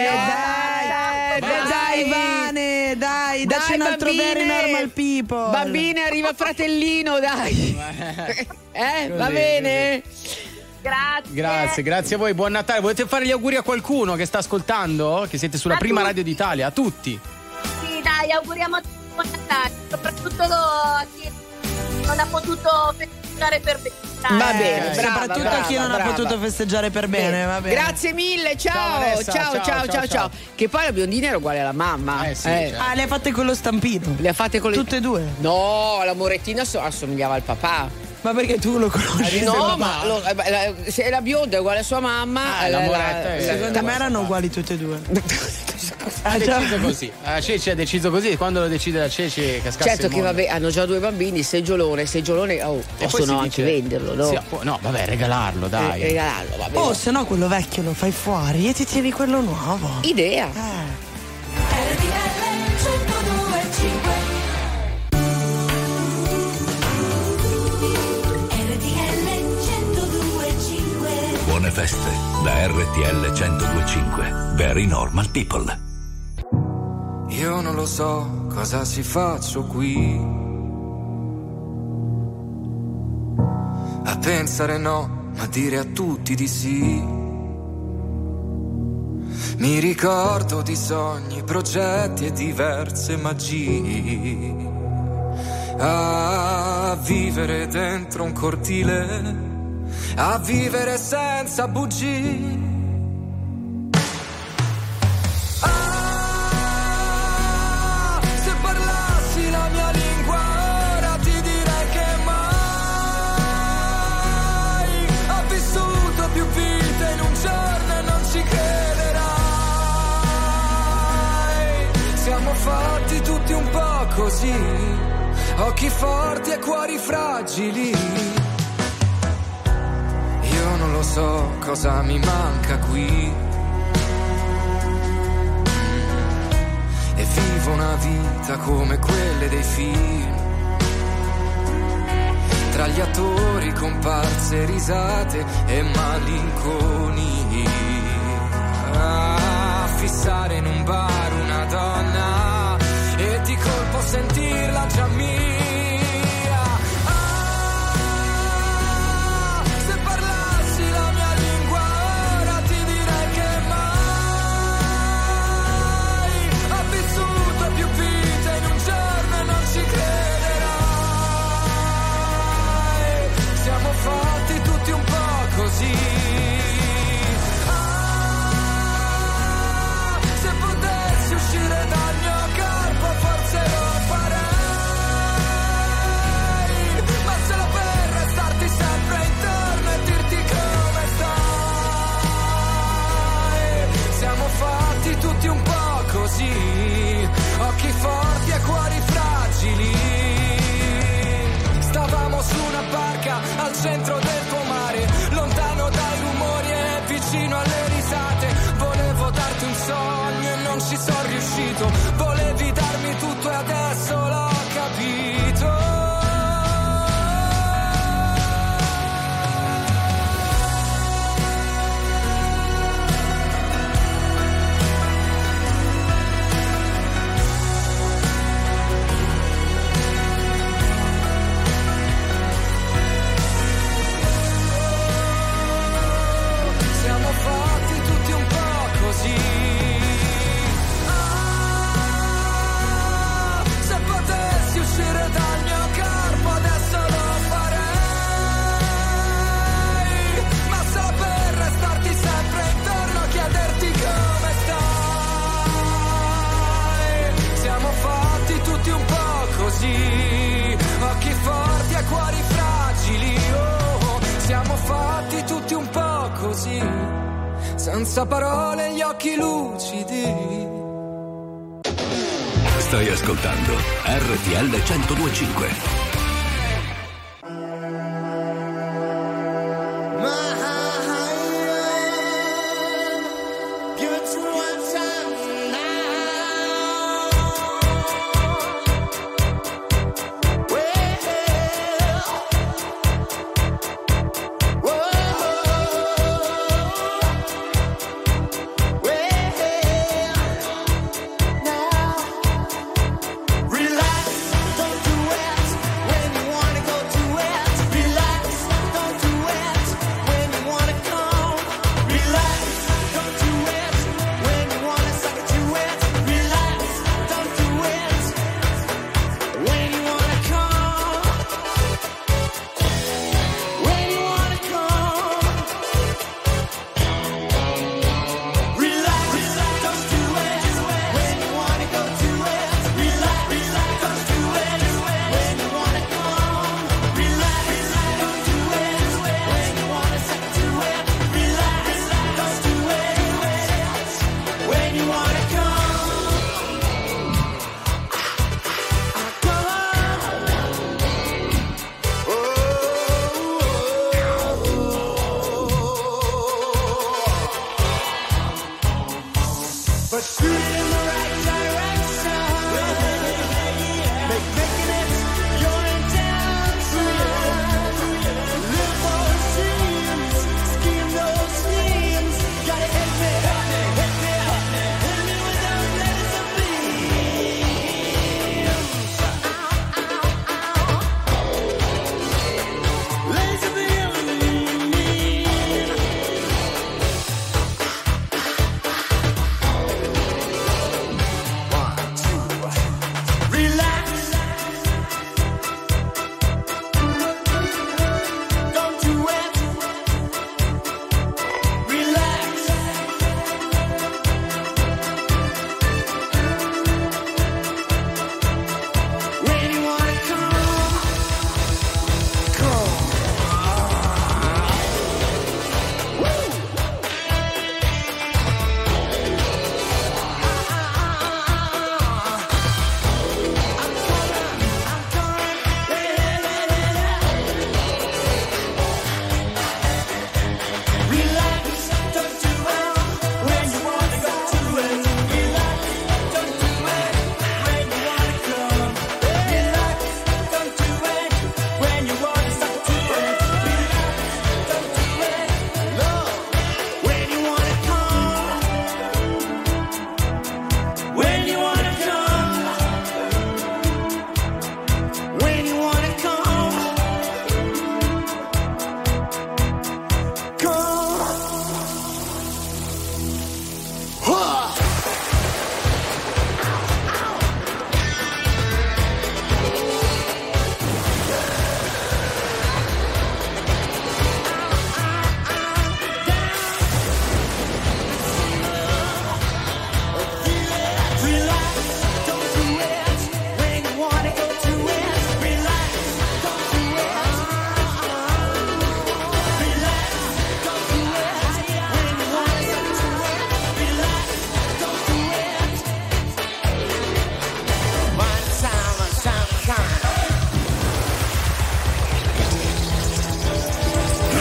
Dai, Vane, dai, dacci un altro very normal people. Bambine, arriva fratellino, dai. Va bene? Grazie a voi, buon Natale. Volete fare gli auguri a qualcuno che sta ascoltando? Che siete sulla prima radio d'Italia? A tutti. Sì, dai, auguriamo a tutti buon Natale, soprattutto a chi non ha potuto festeggiare per bene. Va bene, soprattutto a chi non ha potuto festeggiare per bene. Va bene. Grazie mille, ciao. Vanessa, Ciao. Che poi la biondina era uguale alla mamma. Le ha fatte con lo stampino. Le ha fatte con tutte e due. No, la Morettina assomigliava al papà. Ma perché tu lo conosci? No, ma se la bionda è uguale a sua mamma, la Moretta secondo me erano uguali tutte e due. Ha deciso così. Ceci ha deciso così. Quando lo decide la Ceci cascasse certo che vabbè, hanno già 2 bambini, seggiolone possono anche venderlo, no? No, vabbè, regalarlo, dai. Regalarlo, vabbè. Se no quello vecchio lo fai fuori e ti tieni quello nuovo. Idea. Buone feste da RTL 102.5. Very Normal People. Io non lo so cosa si faccio qui a pensare no, ma dire a tutti di sì. Mi ricordo di sogni, progetti e diverse magie. A vivere dentro un cortile, a vivere senza bugie. Se parlassi la mia lingua ora ti direi che mai ho vissuto più vite in un giorno e non ci crederai. Siamo fatti tutti un po' così, occhi forti e cuori fragili. Io non lo so cosa mi manca qui e vivo una vita come quelle dei film, tra gli attori, comparse, risate e malinconia. A fissare in un bar una donna e di colpo sentirla già mia. Se potessi uscire dal mio corpo forse lo farei, ma solo per restarti sempre intorno e dirti come stai. Siamo fatti tutti un po' così, occhi forti e cuori fragili. Stavamo su una barca al centro del tuo mare, lontano dai rumori e vicino alle risate. Volevo darti un sogno e non ci sono riuscito. Volevi darmi tutto e adesso l'ho capito. Se potessi uscire dal mio corpo adesso lo farei, ma solo per restarti sempre intorno a chiederti come stai. Siamo fatti tutti un po' così, occhi forti e cuori fragili. Oh, siamo fatti tutti un po' così, senza parole gli occhi lucidi. Stai ascoltando RTL 102.5. Relax, don't do it.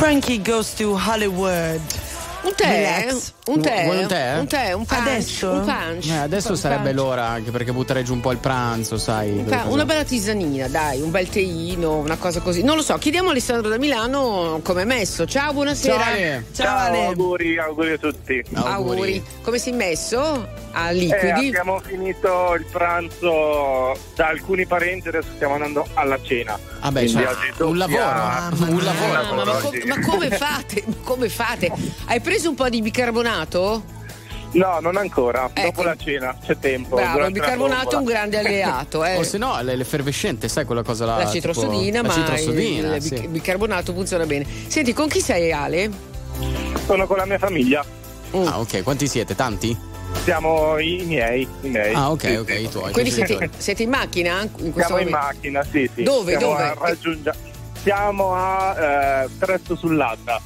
Frankie Goes to Hollywood. Un tè? Un tè? Vuoi un tè? Un tè, un punch. Adesso? Un punch. Adesso Un sarebbe punch. l'ora, anche perché buttare giù un po' il pranzo, sai. Una bella tisanina, dai, un bel teino, una cosa così. Non lo so, chiediamo a Alessandro da Milano come è messo. Ciao, buonasera. Ciao, Ale. Ciao Ale. Auguri a tutti. Auguri. Come sei messo? A liquidi? Abbiamo finito il pranzo da alcuni parenti, adesso stiamo andando alla cena. Vabbè, Quindi cioè, oggi un lavoro. un lavoro. Ma come fate? Come fate? Hai preso un po' di bicarbonato? No, non ancora. Dopo la cena c'è tempo. Bravo, il bicarbonato è un grande alleato. O se no, l'effervescente, sai quella cosa là? La citrosodina, tipo, ma la citrosodina, il bicarbonato funziona bene. Senti, con chi sei, Ale? Sono con la mia famiglia. Ah, ok. Quanti siete? Tanti? Siamo i miei. Ah, ok, i tuoi. Quindi siete in macchina? In questo Siamo in momento? macchina, sì. Dove? Siamo a Trezzo sull'Adda.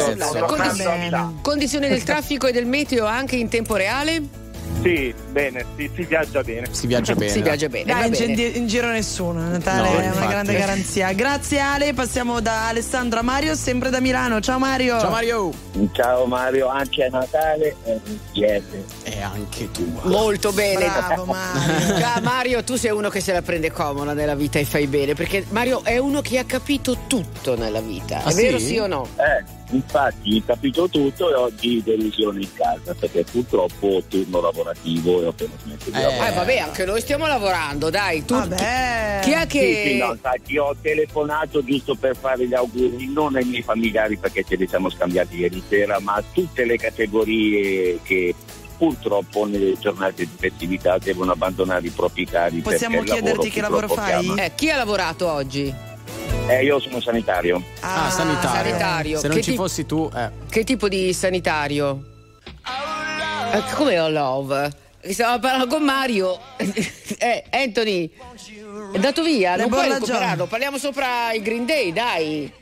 Condizione del traffico e del meteo anche in tempo reale? Sì, bene, si viaggia bene. Si viaggia bene. Dai, in giro nessuno. Natale è una infatti. grande garanzia. Grazie Ale, passiamo da Alessandro a Mario, sempre da Milano. Ciao Mario. Ciao Mario. Ciao Mario, anche a Natale e anche tu. Molto bene. Bravo Mario. Già, Mario, tu sei uno che se la prende comoda nella vita e fai bene, perché Mario è uno che ha capito tutto nella vita. È vero, sì o no? Infatti ho capito tutto e oggi delusione in casa perché purtroppo turno lavorativo e ho appena smesso di lavorare. Vabbè, anche noi stiamo lavorando, dai. Tu, vabbè. Chi è che... Sì, no, infatti ho telefonato giusto per fare gli auguri non ai miei familiari perché ce li siamo scambiati ieri sera, ma a tutte le categorie che purtroppo nelle giornate di festività devono abbandonare i propri cari. Possiamo chiederti che lavoro fai? Chi ha lavorato oggi? Io sono sanitario. Sanitario. Se non ci fossi tu, Che tipo di sanitario? Come ho love? Stiamo parlando con Mario. Anthony è andato via, non puoi recuperarlo. Parliamo sopra il Green Day, dai.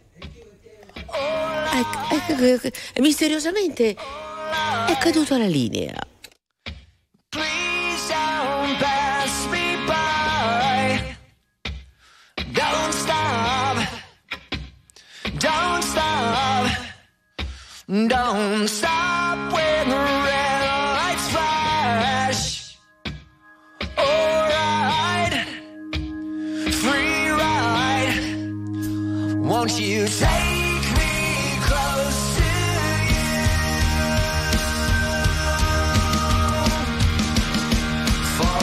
Misteriosamente è caduto la linea. Please don't pass me by. Don't stop. Don't stop. Don't stop when the red lights flash. Alright. Free ride. Won't you take me close to you? Far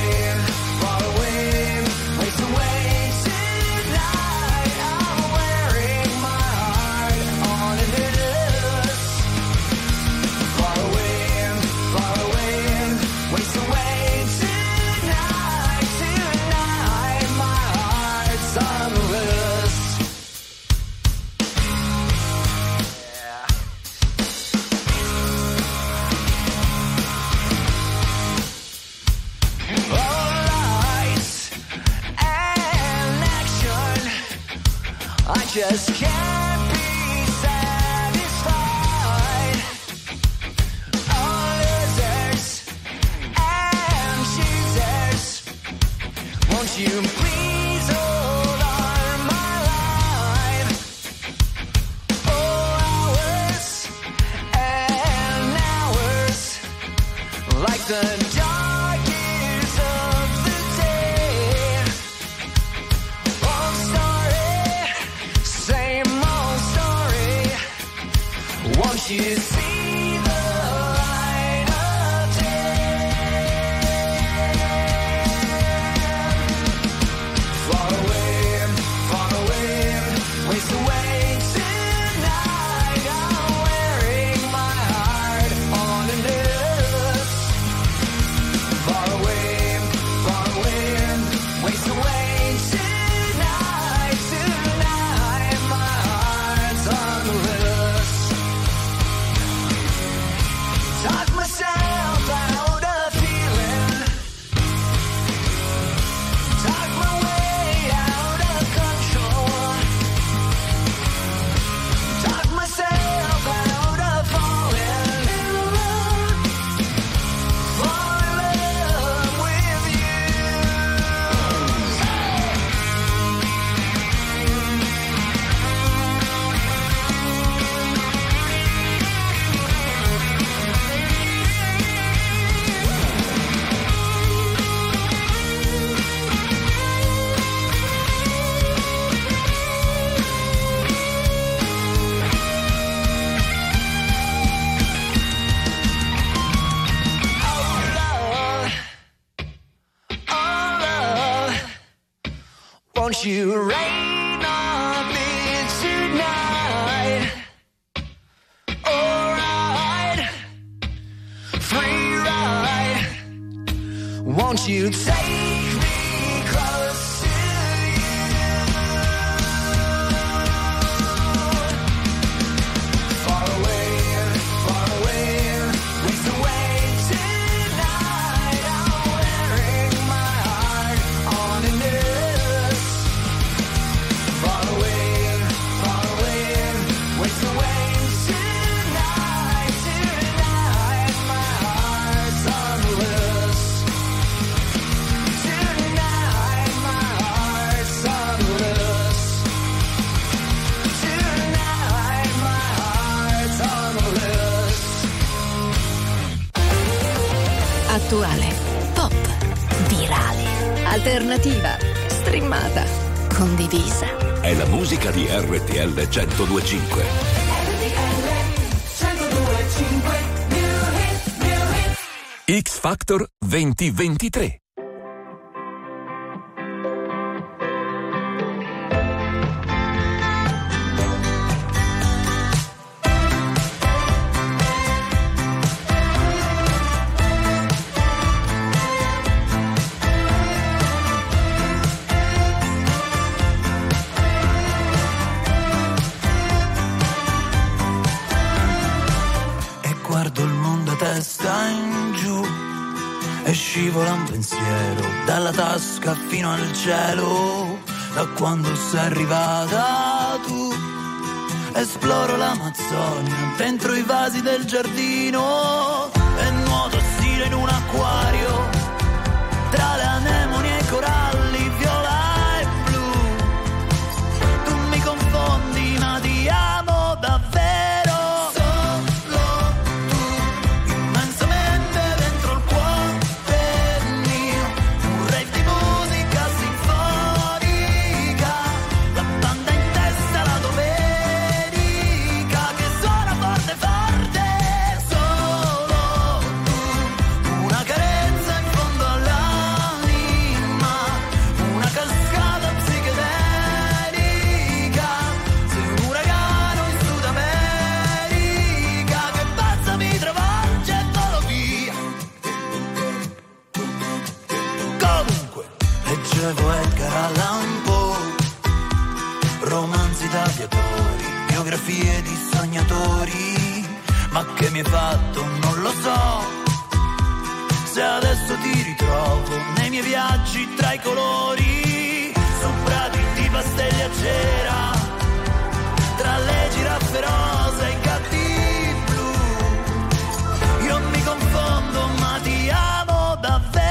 away, waste away tonight. I'm wearing my heart on a necklace. Far away, waste away tonight. Tonight, my heart's on the list. All lights and action, I just can't be satisfied. All losers and choosers, won't you please hold on my life? Oh, hours and hours, like the dark years of the day. Old story, same old story. Won't you see the light of day? Won't you rain on me tonight? Alright, free ride. Won't you take me close to you? Far away, waste away tonight. I'm wearing my heart on a noose. Far away, waste away tonight. Tonight my heart's on the loose. Tonight my heart's on the loose. Tonight my heart's on the loose. Attuale, pop, virale, alternativa, streamata, condivisa. È la musica di RTL 102.5. X Factor 2023. Guardo il mondo a testa in giù e scivola un pensiero dalla tasca fino al cielo. Da quando sei arrivata tu esploro l'Amazzonia dentro i vasi del giardino e nuoto stile in un acquario tra le anemoni e i coralli viola e blu. Tu mi confondi ma ti amo davvero. Edgar Allan Poe, romanzi d'aviatori, biografie di sognatori. Ma che mi hai fatto non lo so, se adesso ti ritrovo nei miei viaggi tra i colori, su prati di pastelli a cera, tra le giraffe rosa e i gatti blu. Io mi confondo ma ti amo davvero.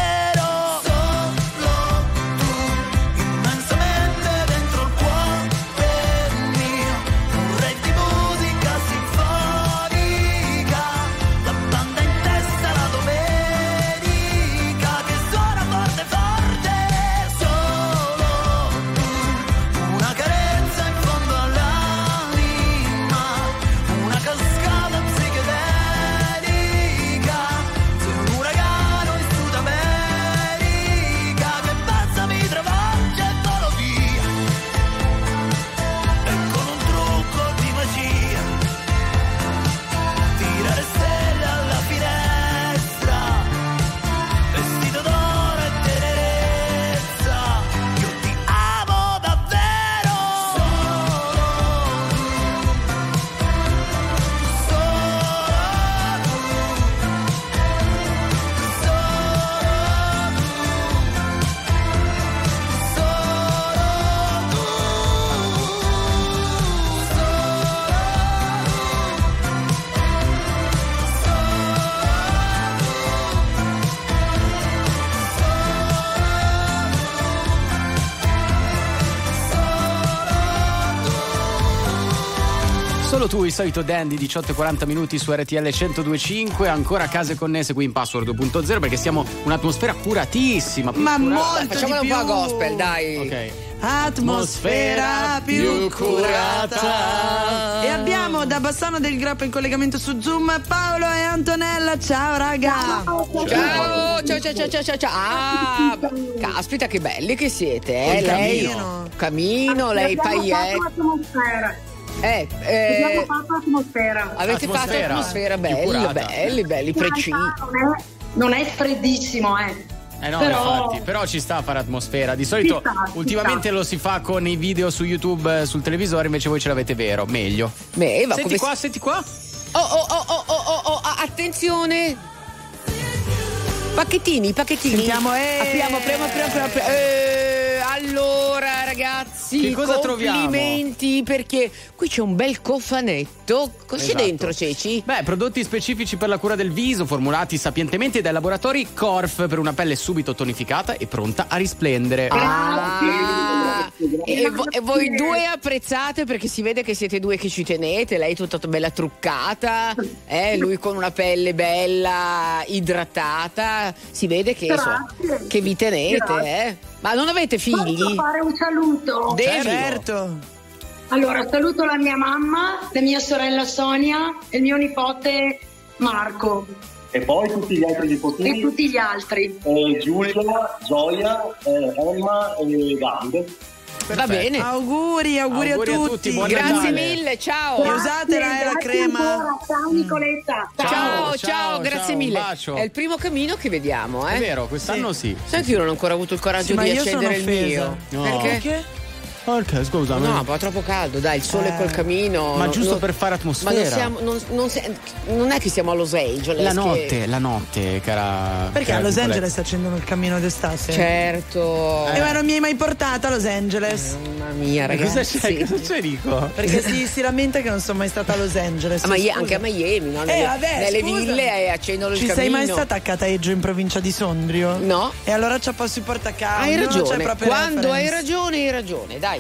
Solo tu, il solito Dandy, 18:40 minuti su RTL 102.5. Ancora case connesse qui in Password 2.0 perché siamo un'atmosfera curatissima. Ma molto facciamola di un più. po' a gospel, dai. Ok. atmosfera più curata. E abbiamo da Bassano del Grappa in collegamento su Zoom Paolo e Antonella. Ciao raga. Ciao. Ah, caspita che belli che siete, lei Camino, lei paillette. Abbiamo fatto atmosfera. Avete fatto atmosfera, belli, precisi. Non è freddissimo, no, infatti, però ci sta a fare atmosfera. Di solito ultimamente lo si fa con i video su YouTube, sul televisore, invece voi ce l'avete vero, meglio. Senti qua. Oh, attenzione. Pacchettini. Sentiamo, apriamo. Allora ragazzi, che cosa complimenti, perché qui c'è un bel cofanetto. Cosa c'è dentro, Ceci? Beh, prodotti specifici per la cura del viso, formulati sapientemente dai laboratori Corf per una pelle subito tonificata e pronta a risplendere. E voi due apprezzate, perché si vede che siete due che ci tenete. Lei tutta bella truccata, lui con una pelle bella idratata. Si vede che vi tenete, Ma non avete figli? Posso fare un saluto? Certo. Allora, saluto la mia mamma, la mia sorella Sonia e il mio nipote Marco. E poi tutti gli altri nipotini? E tutti gli altri. Giulia, Gioia, Emma e Gande. Va bene. Auguri a tutti. Grazie mille, ciao. Usatela la crema. Ciao Nicoletta. Ciao, grazie mille. Bacio. È il primo Camino che vediamo, È vero, quest'anno sì. Sai che io non ho ancora avuto il coraggio di accendere il mio. No. Perché? Perché, scusa? No, ma è troppo caldo, dai, il sole col camino. Ma giusto per fare atmosfera. Ma non è che siamo a Los Angeles. La notte, cara. Perché a Los Angeles accendono il camino d'estate? Certo. Ma non mi hai mai portato a Los Angeles. Mamma mia, ragazzi. Cosa c'è, Rico? Perché si lamenta che non sono mai stata a Los Angeles. Ma anche a Miami, no? Nelle ville accendono il camino. Ci sei mai stata a Cataeggio in provincia di Sondrio? No. E allora ci posso portare a casa. Hai ragione. Quando hai reference. ragione, dai.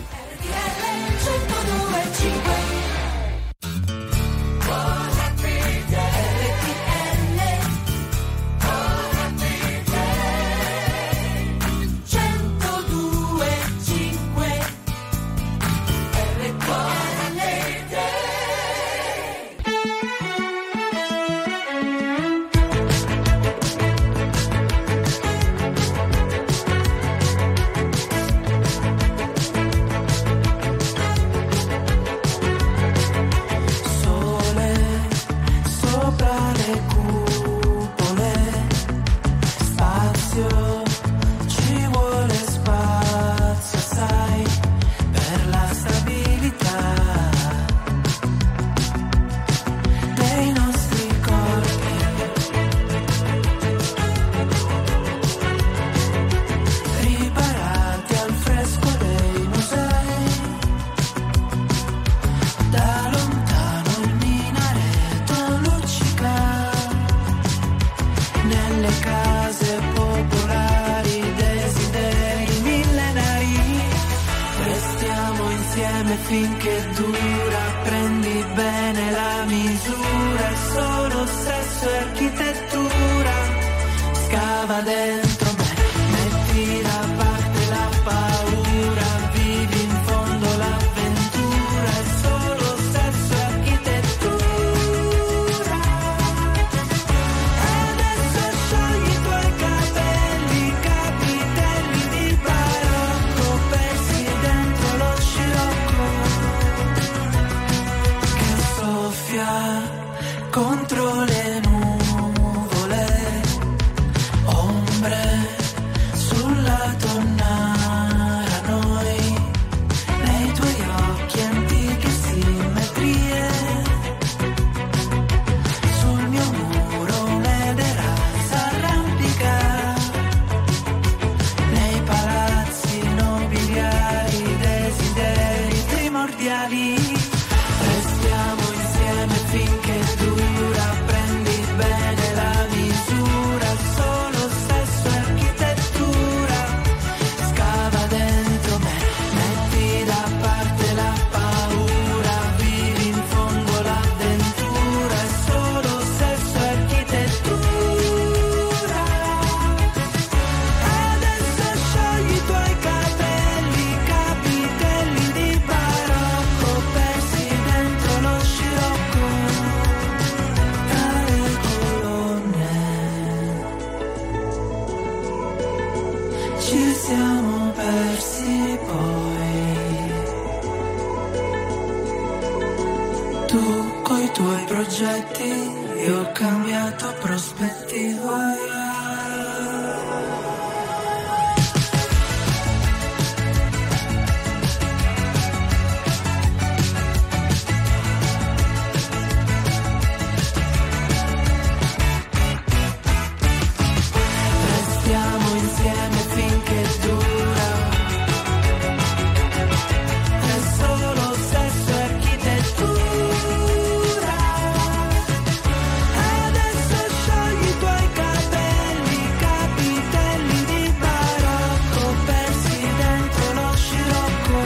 Finché dura, prendi bene la misura, è solo sesso e architettura, scava dentro me, metti da parte la paura, vivi in fondo l'avventura, è solo sesso e architettura. Adesso sciogli i tuoi capelli, capitelli di barocco, persi dentro lo scirocco contro le nuvole, ombre sulla tonnara, noi nei tuoi occhi antiche simmetrie, sul mio muro un'edera s'arrampica, nei palazzi nobiliari, desideri primordiali. Finché dura, prendi bene la misura, solo sesso e architettura, scava dentro me, metti da parte la paura, vivi in fondo l'avventura, è solo sesso e architettura. Adesso sciogli i tuoi capelli, Tu coi tuoi progetti, io ho cambiato prospettiva. Restiamo insieme finché dura. È solo sesso e architettura. Adesso sciogli i tuoi capelli, capitelli di barocco, persi dentro lo scirocco.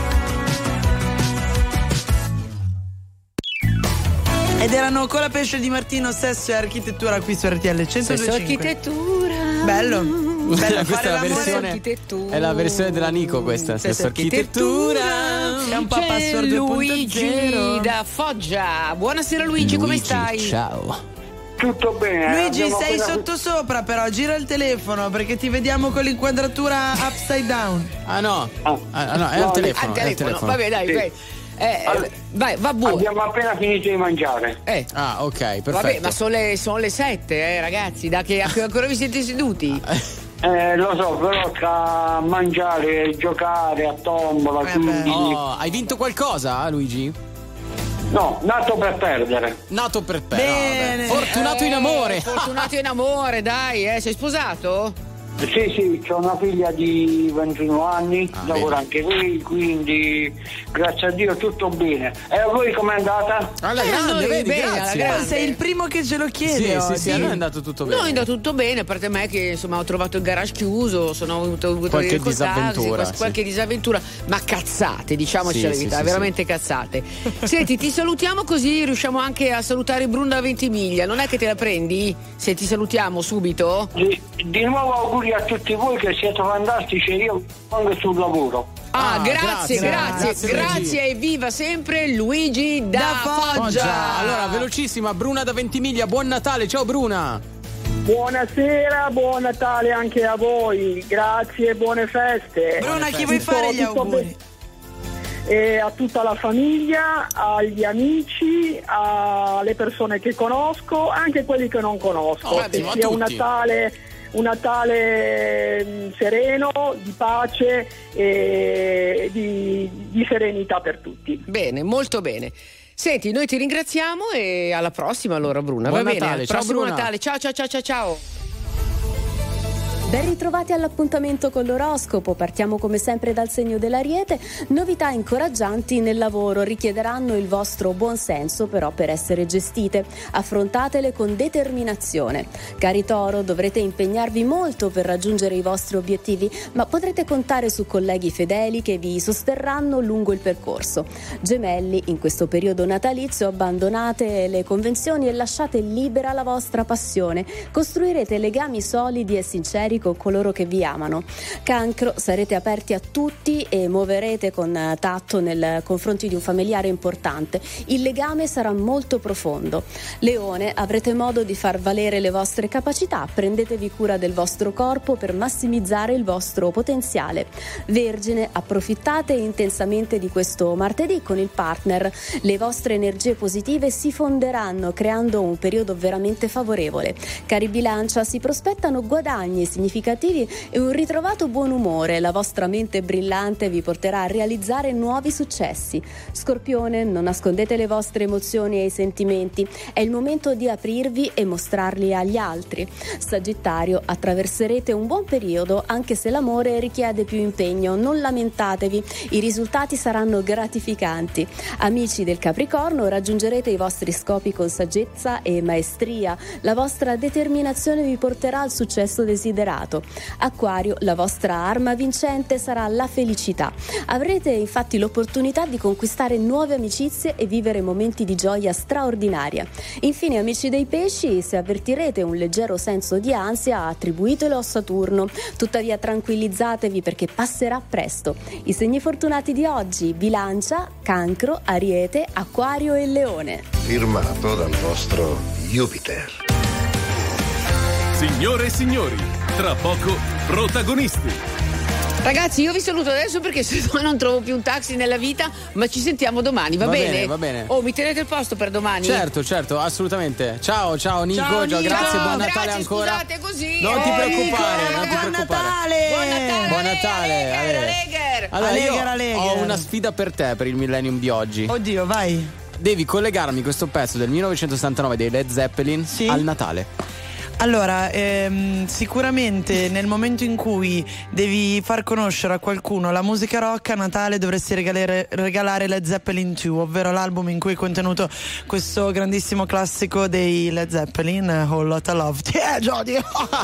Ed erano Colapesce di Martino, Sesso e Architettura qui su RTL 102.5. Sesso e Architettura. Bello. Bello Questa fare è la l'amore. versione, è la versione della Nico, questa. Sesso Architettura. È un po' Password 2.0. Luigi da Foggia. Buonasera Luigi, come stai? Ciao. Tutto bene. Luigi, abbiamo sei appena- sottosopra, però gira il telefono perché ti vediamo con l'inquadratura upside down. Ah no, no, è No, al telefono. Al È al telefono. telefono. Vabbè, dai, Sì. vai. Vai, va buono. Abbiamo appena finito di mangiare. Ah, ok, perfetto. Vabbè, ma sono le 7, ragazzi, da che ancora vi siete seduti? Lo so, però tra mangiare e giocare a tombola, quindi... Oh, hai vinto qualcosa, Luigi? No, nato per perdere. Nato per perdere. Fortunato in amore. Fortunato in amore, dai, sei sposato? Sì, ho una figlia di 21 anni, lavora anche lui, quindi grazie a Dio tutto bene. E a voi com'è andata? Alla grande, vedi, bene, alla grazie. grande. Sei il primo che ce lo chiede. Sì, a noi è andato tutto bene. No, è andato tutto bene, a parte me che insomma ho trovato il garage chiuso, sono avuto Qualche delle disavventura, sì. qualche disavventura, ma cazzate, diciamoci Sì, la verità, sì, veramente cazzate. Senti, ti salutiamo così riusciamo anche a salutare Bruno da Ventimiglia, non è che te la prendi? Se ti salutiamo subito? Di nuovo auguri a tutti voi che siete fantastici e io vengo sul lavoro. Grazie e viva sempre Luigi da Foggia. Allora, velocissima, Bruna da Ventimiglia, buon Natale, ciao Bruna. Buonasera, buon Natale anche a voi, grazie e buone feste. Bruna, chi vuoi fare gli auguri? E a tutta la famiglia, agli amici, alle persone che conosco, anche quelli che non conosco. Ottimo, che sia a un tutti. Natale sereno, di pace e di serenità per tutti. Bene, molto bene. Senti, noi ti ringraziamo e alla prossima allora Bruna, Buon va bene? Natale, Al ciao, prossimo Bruna. Natale, ciao. Ben ritrovati all'appuntamento con l'oroscopo, partiamo come sempre dal segno dell'Ariete. Novità incoraggianti nel lavoro richiederanno il vostro buon senso però per essere gestite, affrontatele con determinazione. Cari Toro, dovrete impegnarvi molto per raggiungere i vostri obiettivi, ma potrete contare su colleghi fedeli che vi sosterranno lungo il percorso. Gemelli, in questo periodo natalizio abbandonate le convenzioni e lasciate libera la vostra passione, costruirete legami solidi e sinceri con coloro che vi amano. Cancro, sarete aperti a tutti e muoverete con tatto nei confronti di un familiare importante. Il legame sarà molto profondo. Leone, avrete modo di far valere le vostre capacità, prendetevi cura del vostro corpo per massimizzare il vostro potenziale. Vergine, approfittate intensamente di questo martedì con il partner. Le vostre energie positive si fonderanno creando un periodo veramente favorevole. Cari Bilancia, si prospettano guadagni significativi e un ritrovato buon umore. La vostra mente brillante vi porterà a realizzare nuovi successi. Scorpione, non nascondete le vostre emozioni e i sentimenti, è il momento di aprirvi e mostrarli agli altri. Sagittario, attraverserete un buon periodo anche se l'amore richiede più impegno, non lamentatevi, i risultati saranno gratificanti. Amici del Capricorno, raggiungerete i vostri scopi con saggezza e maestria, la vostra determinazione vi porterà al successo desiderato. Acquario, la vostra arma vincente sarà la felicità. Avrete infatti l'opportunità di conquistare nuove amicizie e vivere momenti di gioia straordinaria. Infine, amici dei pesci, se avvertirete un leggero senso di ansia, attribuitelo a Saturno. Tuttavia tranquillizzatevi perché passerà presto. I segni fortunati di oggi: Bilancia, Cancro, Ariete, Acquario e Leone. Firmato dal vostro Jupiter. Signore e signori, tra poco protagonisti. Ragazzi, io vi saluto adesso perché se no non trovo più un taxi nella vita, ma ci sentiamo domani, va bene? Va bene. Oh, mi tenete il posto per domani? Certo, assolutamente. Ciao Nico, Ciao, grazie, buon Natale ancora. Scusate così. Non ti preoccupare, Nico, non ti buon preoccupare. Natale. Buon Natale. Aleger. Allora, Aleger. io ho una sfida per te per il Millennium di oggi. Oddio, vai. Devi collegarmi questo pezzo del 1969 dei Led Zeppelin al Natale. Allora, sicuramente nel momento in cui devi far conoscere a qualcuno la musica rock, a Natale dovresti regalare Led Zeppelin 2, ovvero l'album in cui è contenuto questo grandissimo classico dei Led Zeppelin, Whole Lotta Love. Jody!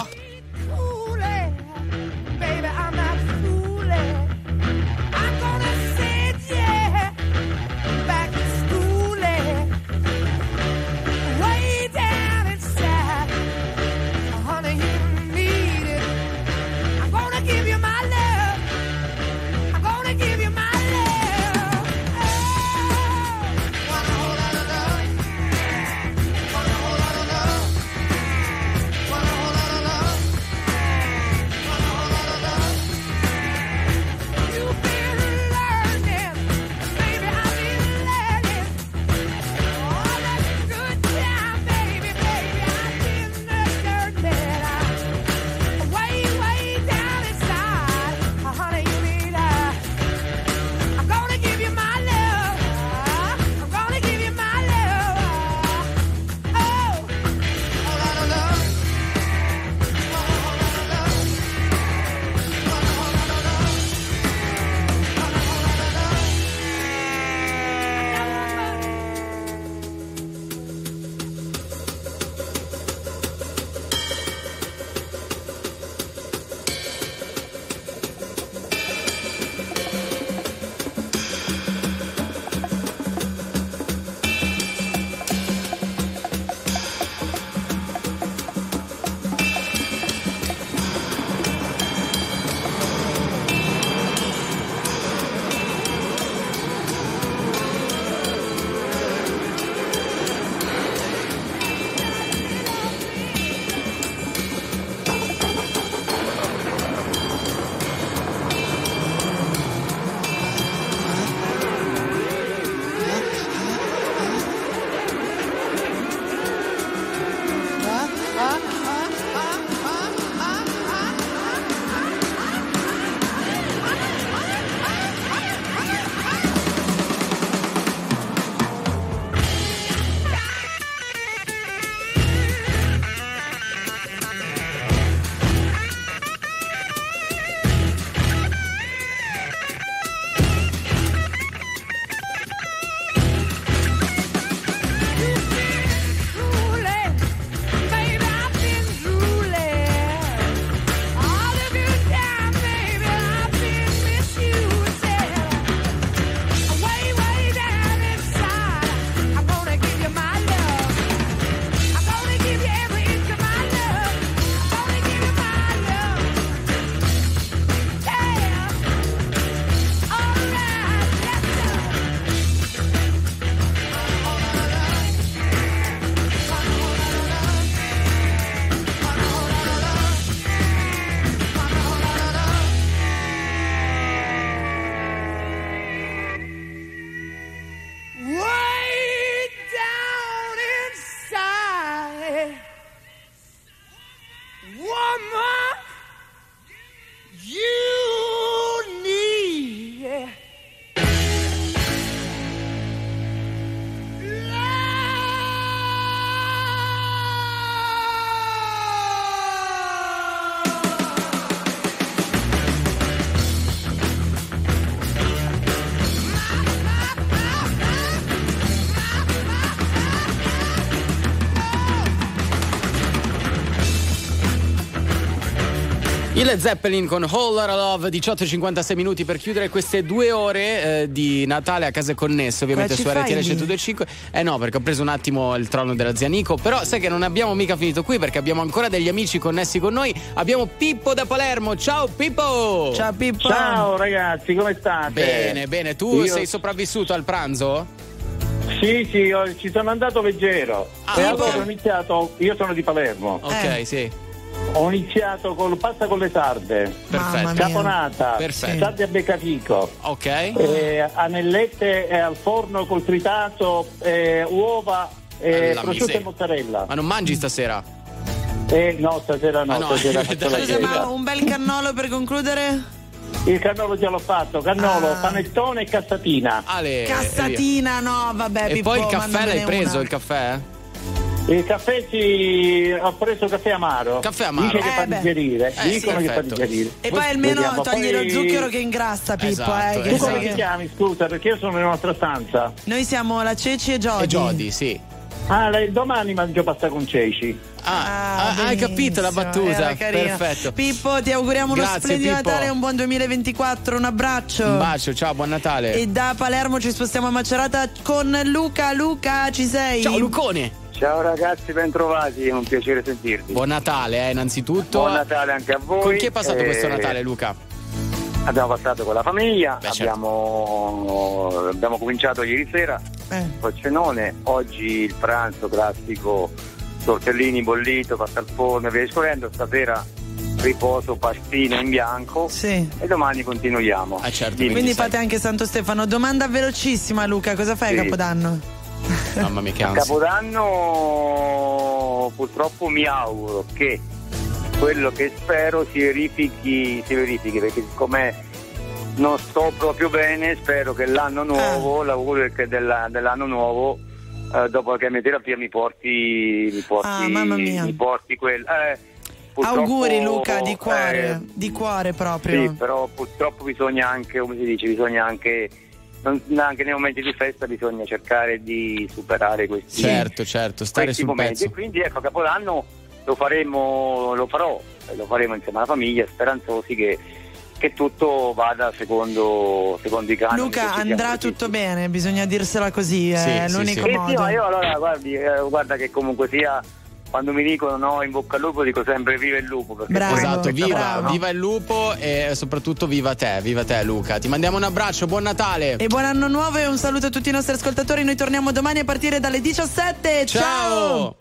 I Led Zeppelin con Whole Lotta Love, 18:56 minuti per chiudere queste 2 ore di Natale a Case Connesse, ovviamente su RTL 102.5. No, perché ho preso un attimo il trono della zia Nico, però sai che non abbiamo mica finito qui perché abbiamo ancora degli amici connessi con noi. Abbiamo Pippo da Palermo. Ciao Pippo! Ciao Pippo! Ciao ragazzi, come state? Bene, tu sei sopravvissuto al pranzo? Sì, ci sono andato leggero. Allora ho iniziato, io sono di Palermo. Ok, sì. Ho iniziato con pasta con le sarde. Perfetto. Caponata. Perfetto. Sarde a beccafico. Ok. Anellette al forno col tritato, uova, prosciutto miseria. e mozzarella. Ma non mangi stasera? No, stasera no. Stasera faccio la Scusa, ma dieta. un bel cannolo per concludere? Il cannolo già l'ho fatto, panettone e cassatina. Cassatina, no, vabbè. E Pippo, poi il caffè mandamene l'hai preso, una. il caffè? Il caffè ho preso caffè amaro. Caffè amaro. Dice che fa beh. digerire. Dicono che fa perfetto. digerire. E poi almeno Vediamo, togli poi- lo zucchero che ingrassa, Pippo. Esatto, Che Tu sai come che- ti chiami, scusa, perché io sono nella nostra stanza. Noi siamo la Ceci e Jody. E Jody, sì. Domani mangio pasta con ceci. Hai capito la battuta? Era carina. Perfetto. Pippo, ti auguriamo uno Grazie, splendido Pippo. Natale e un buon 2024. Un abbraccio. Un bacio, ciao, buon Natale. E da Palermo ci spostiamo a Macerata con Luca. Luca, ci sei? Ciao Lucone. Ciao ragazzi, bentrovati, è un piacere sentirvi. Buon Natale, innanzitutto. Buon Natale anche a voi. Con chi è passato questo Natale, Luca? Abbiamo passato con la famiglia, Beh, certo. abbiamo cominciato ieri sera col cenone, oggi il pranzo classico, tortellini bollito, pasta al forno e via discorrendo, stasera riposo, pastine in bianco e domani continuiamo. Certo, Quindi fate anche Santo Stefano. Domanda velocissima, Luca, cosa fai a Sì. Capodanno? Mamma mia, che A ansia. Capodanno purtroppo mi auguro che quello che spero si verifichi, perché siccome non sto proprio bene, spero che l'anno nuovo, l'augurio è che dell'anno nuovo, dopo la chemioterapia mi porti mamma mia. quel. Auguri Luca, di cuore proprio. Sì, però purtroppo bisogna anche, come si dice, anche nei momenti di festa bisogna cercare di superare questi Certo, stare questi sul momenti. pezzo. E quindi ecco, Capodanno lo faremo insieme alla famiglia, speranzosi che tutto vada secondo i canoni. Luca, che ci andrà siamo tutto bene, bisogna dirsela così, è l'unico Sì, modo. ma io allora guarda che comunque sia, quando mi dicono no in bocca al lupo dico sempre viva il lupo, perché Bravo, Esatto, viva, bravo. viva il lupo e soprattutto viva te Luca. Ti mandiamo un abbraccio, buon Natale. E buon anno nuovo e un saluto a tutti i nostri ascoltatori. Noi torniamo domani a partire dalle 17. Ciao!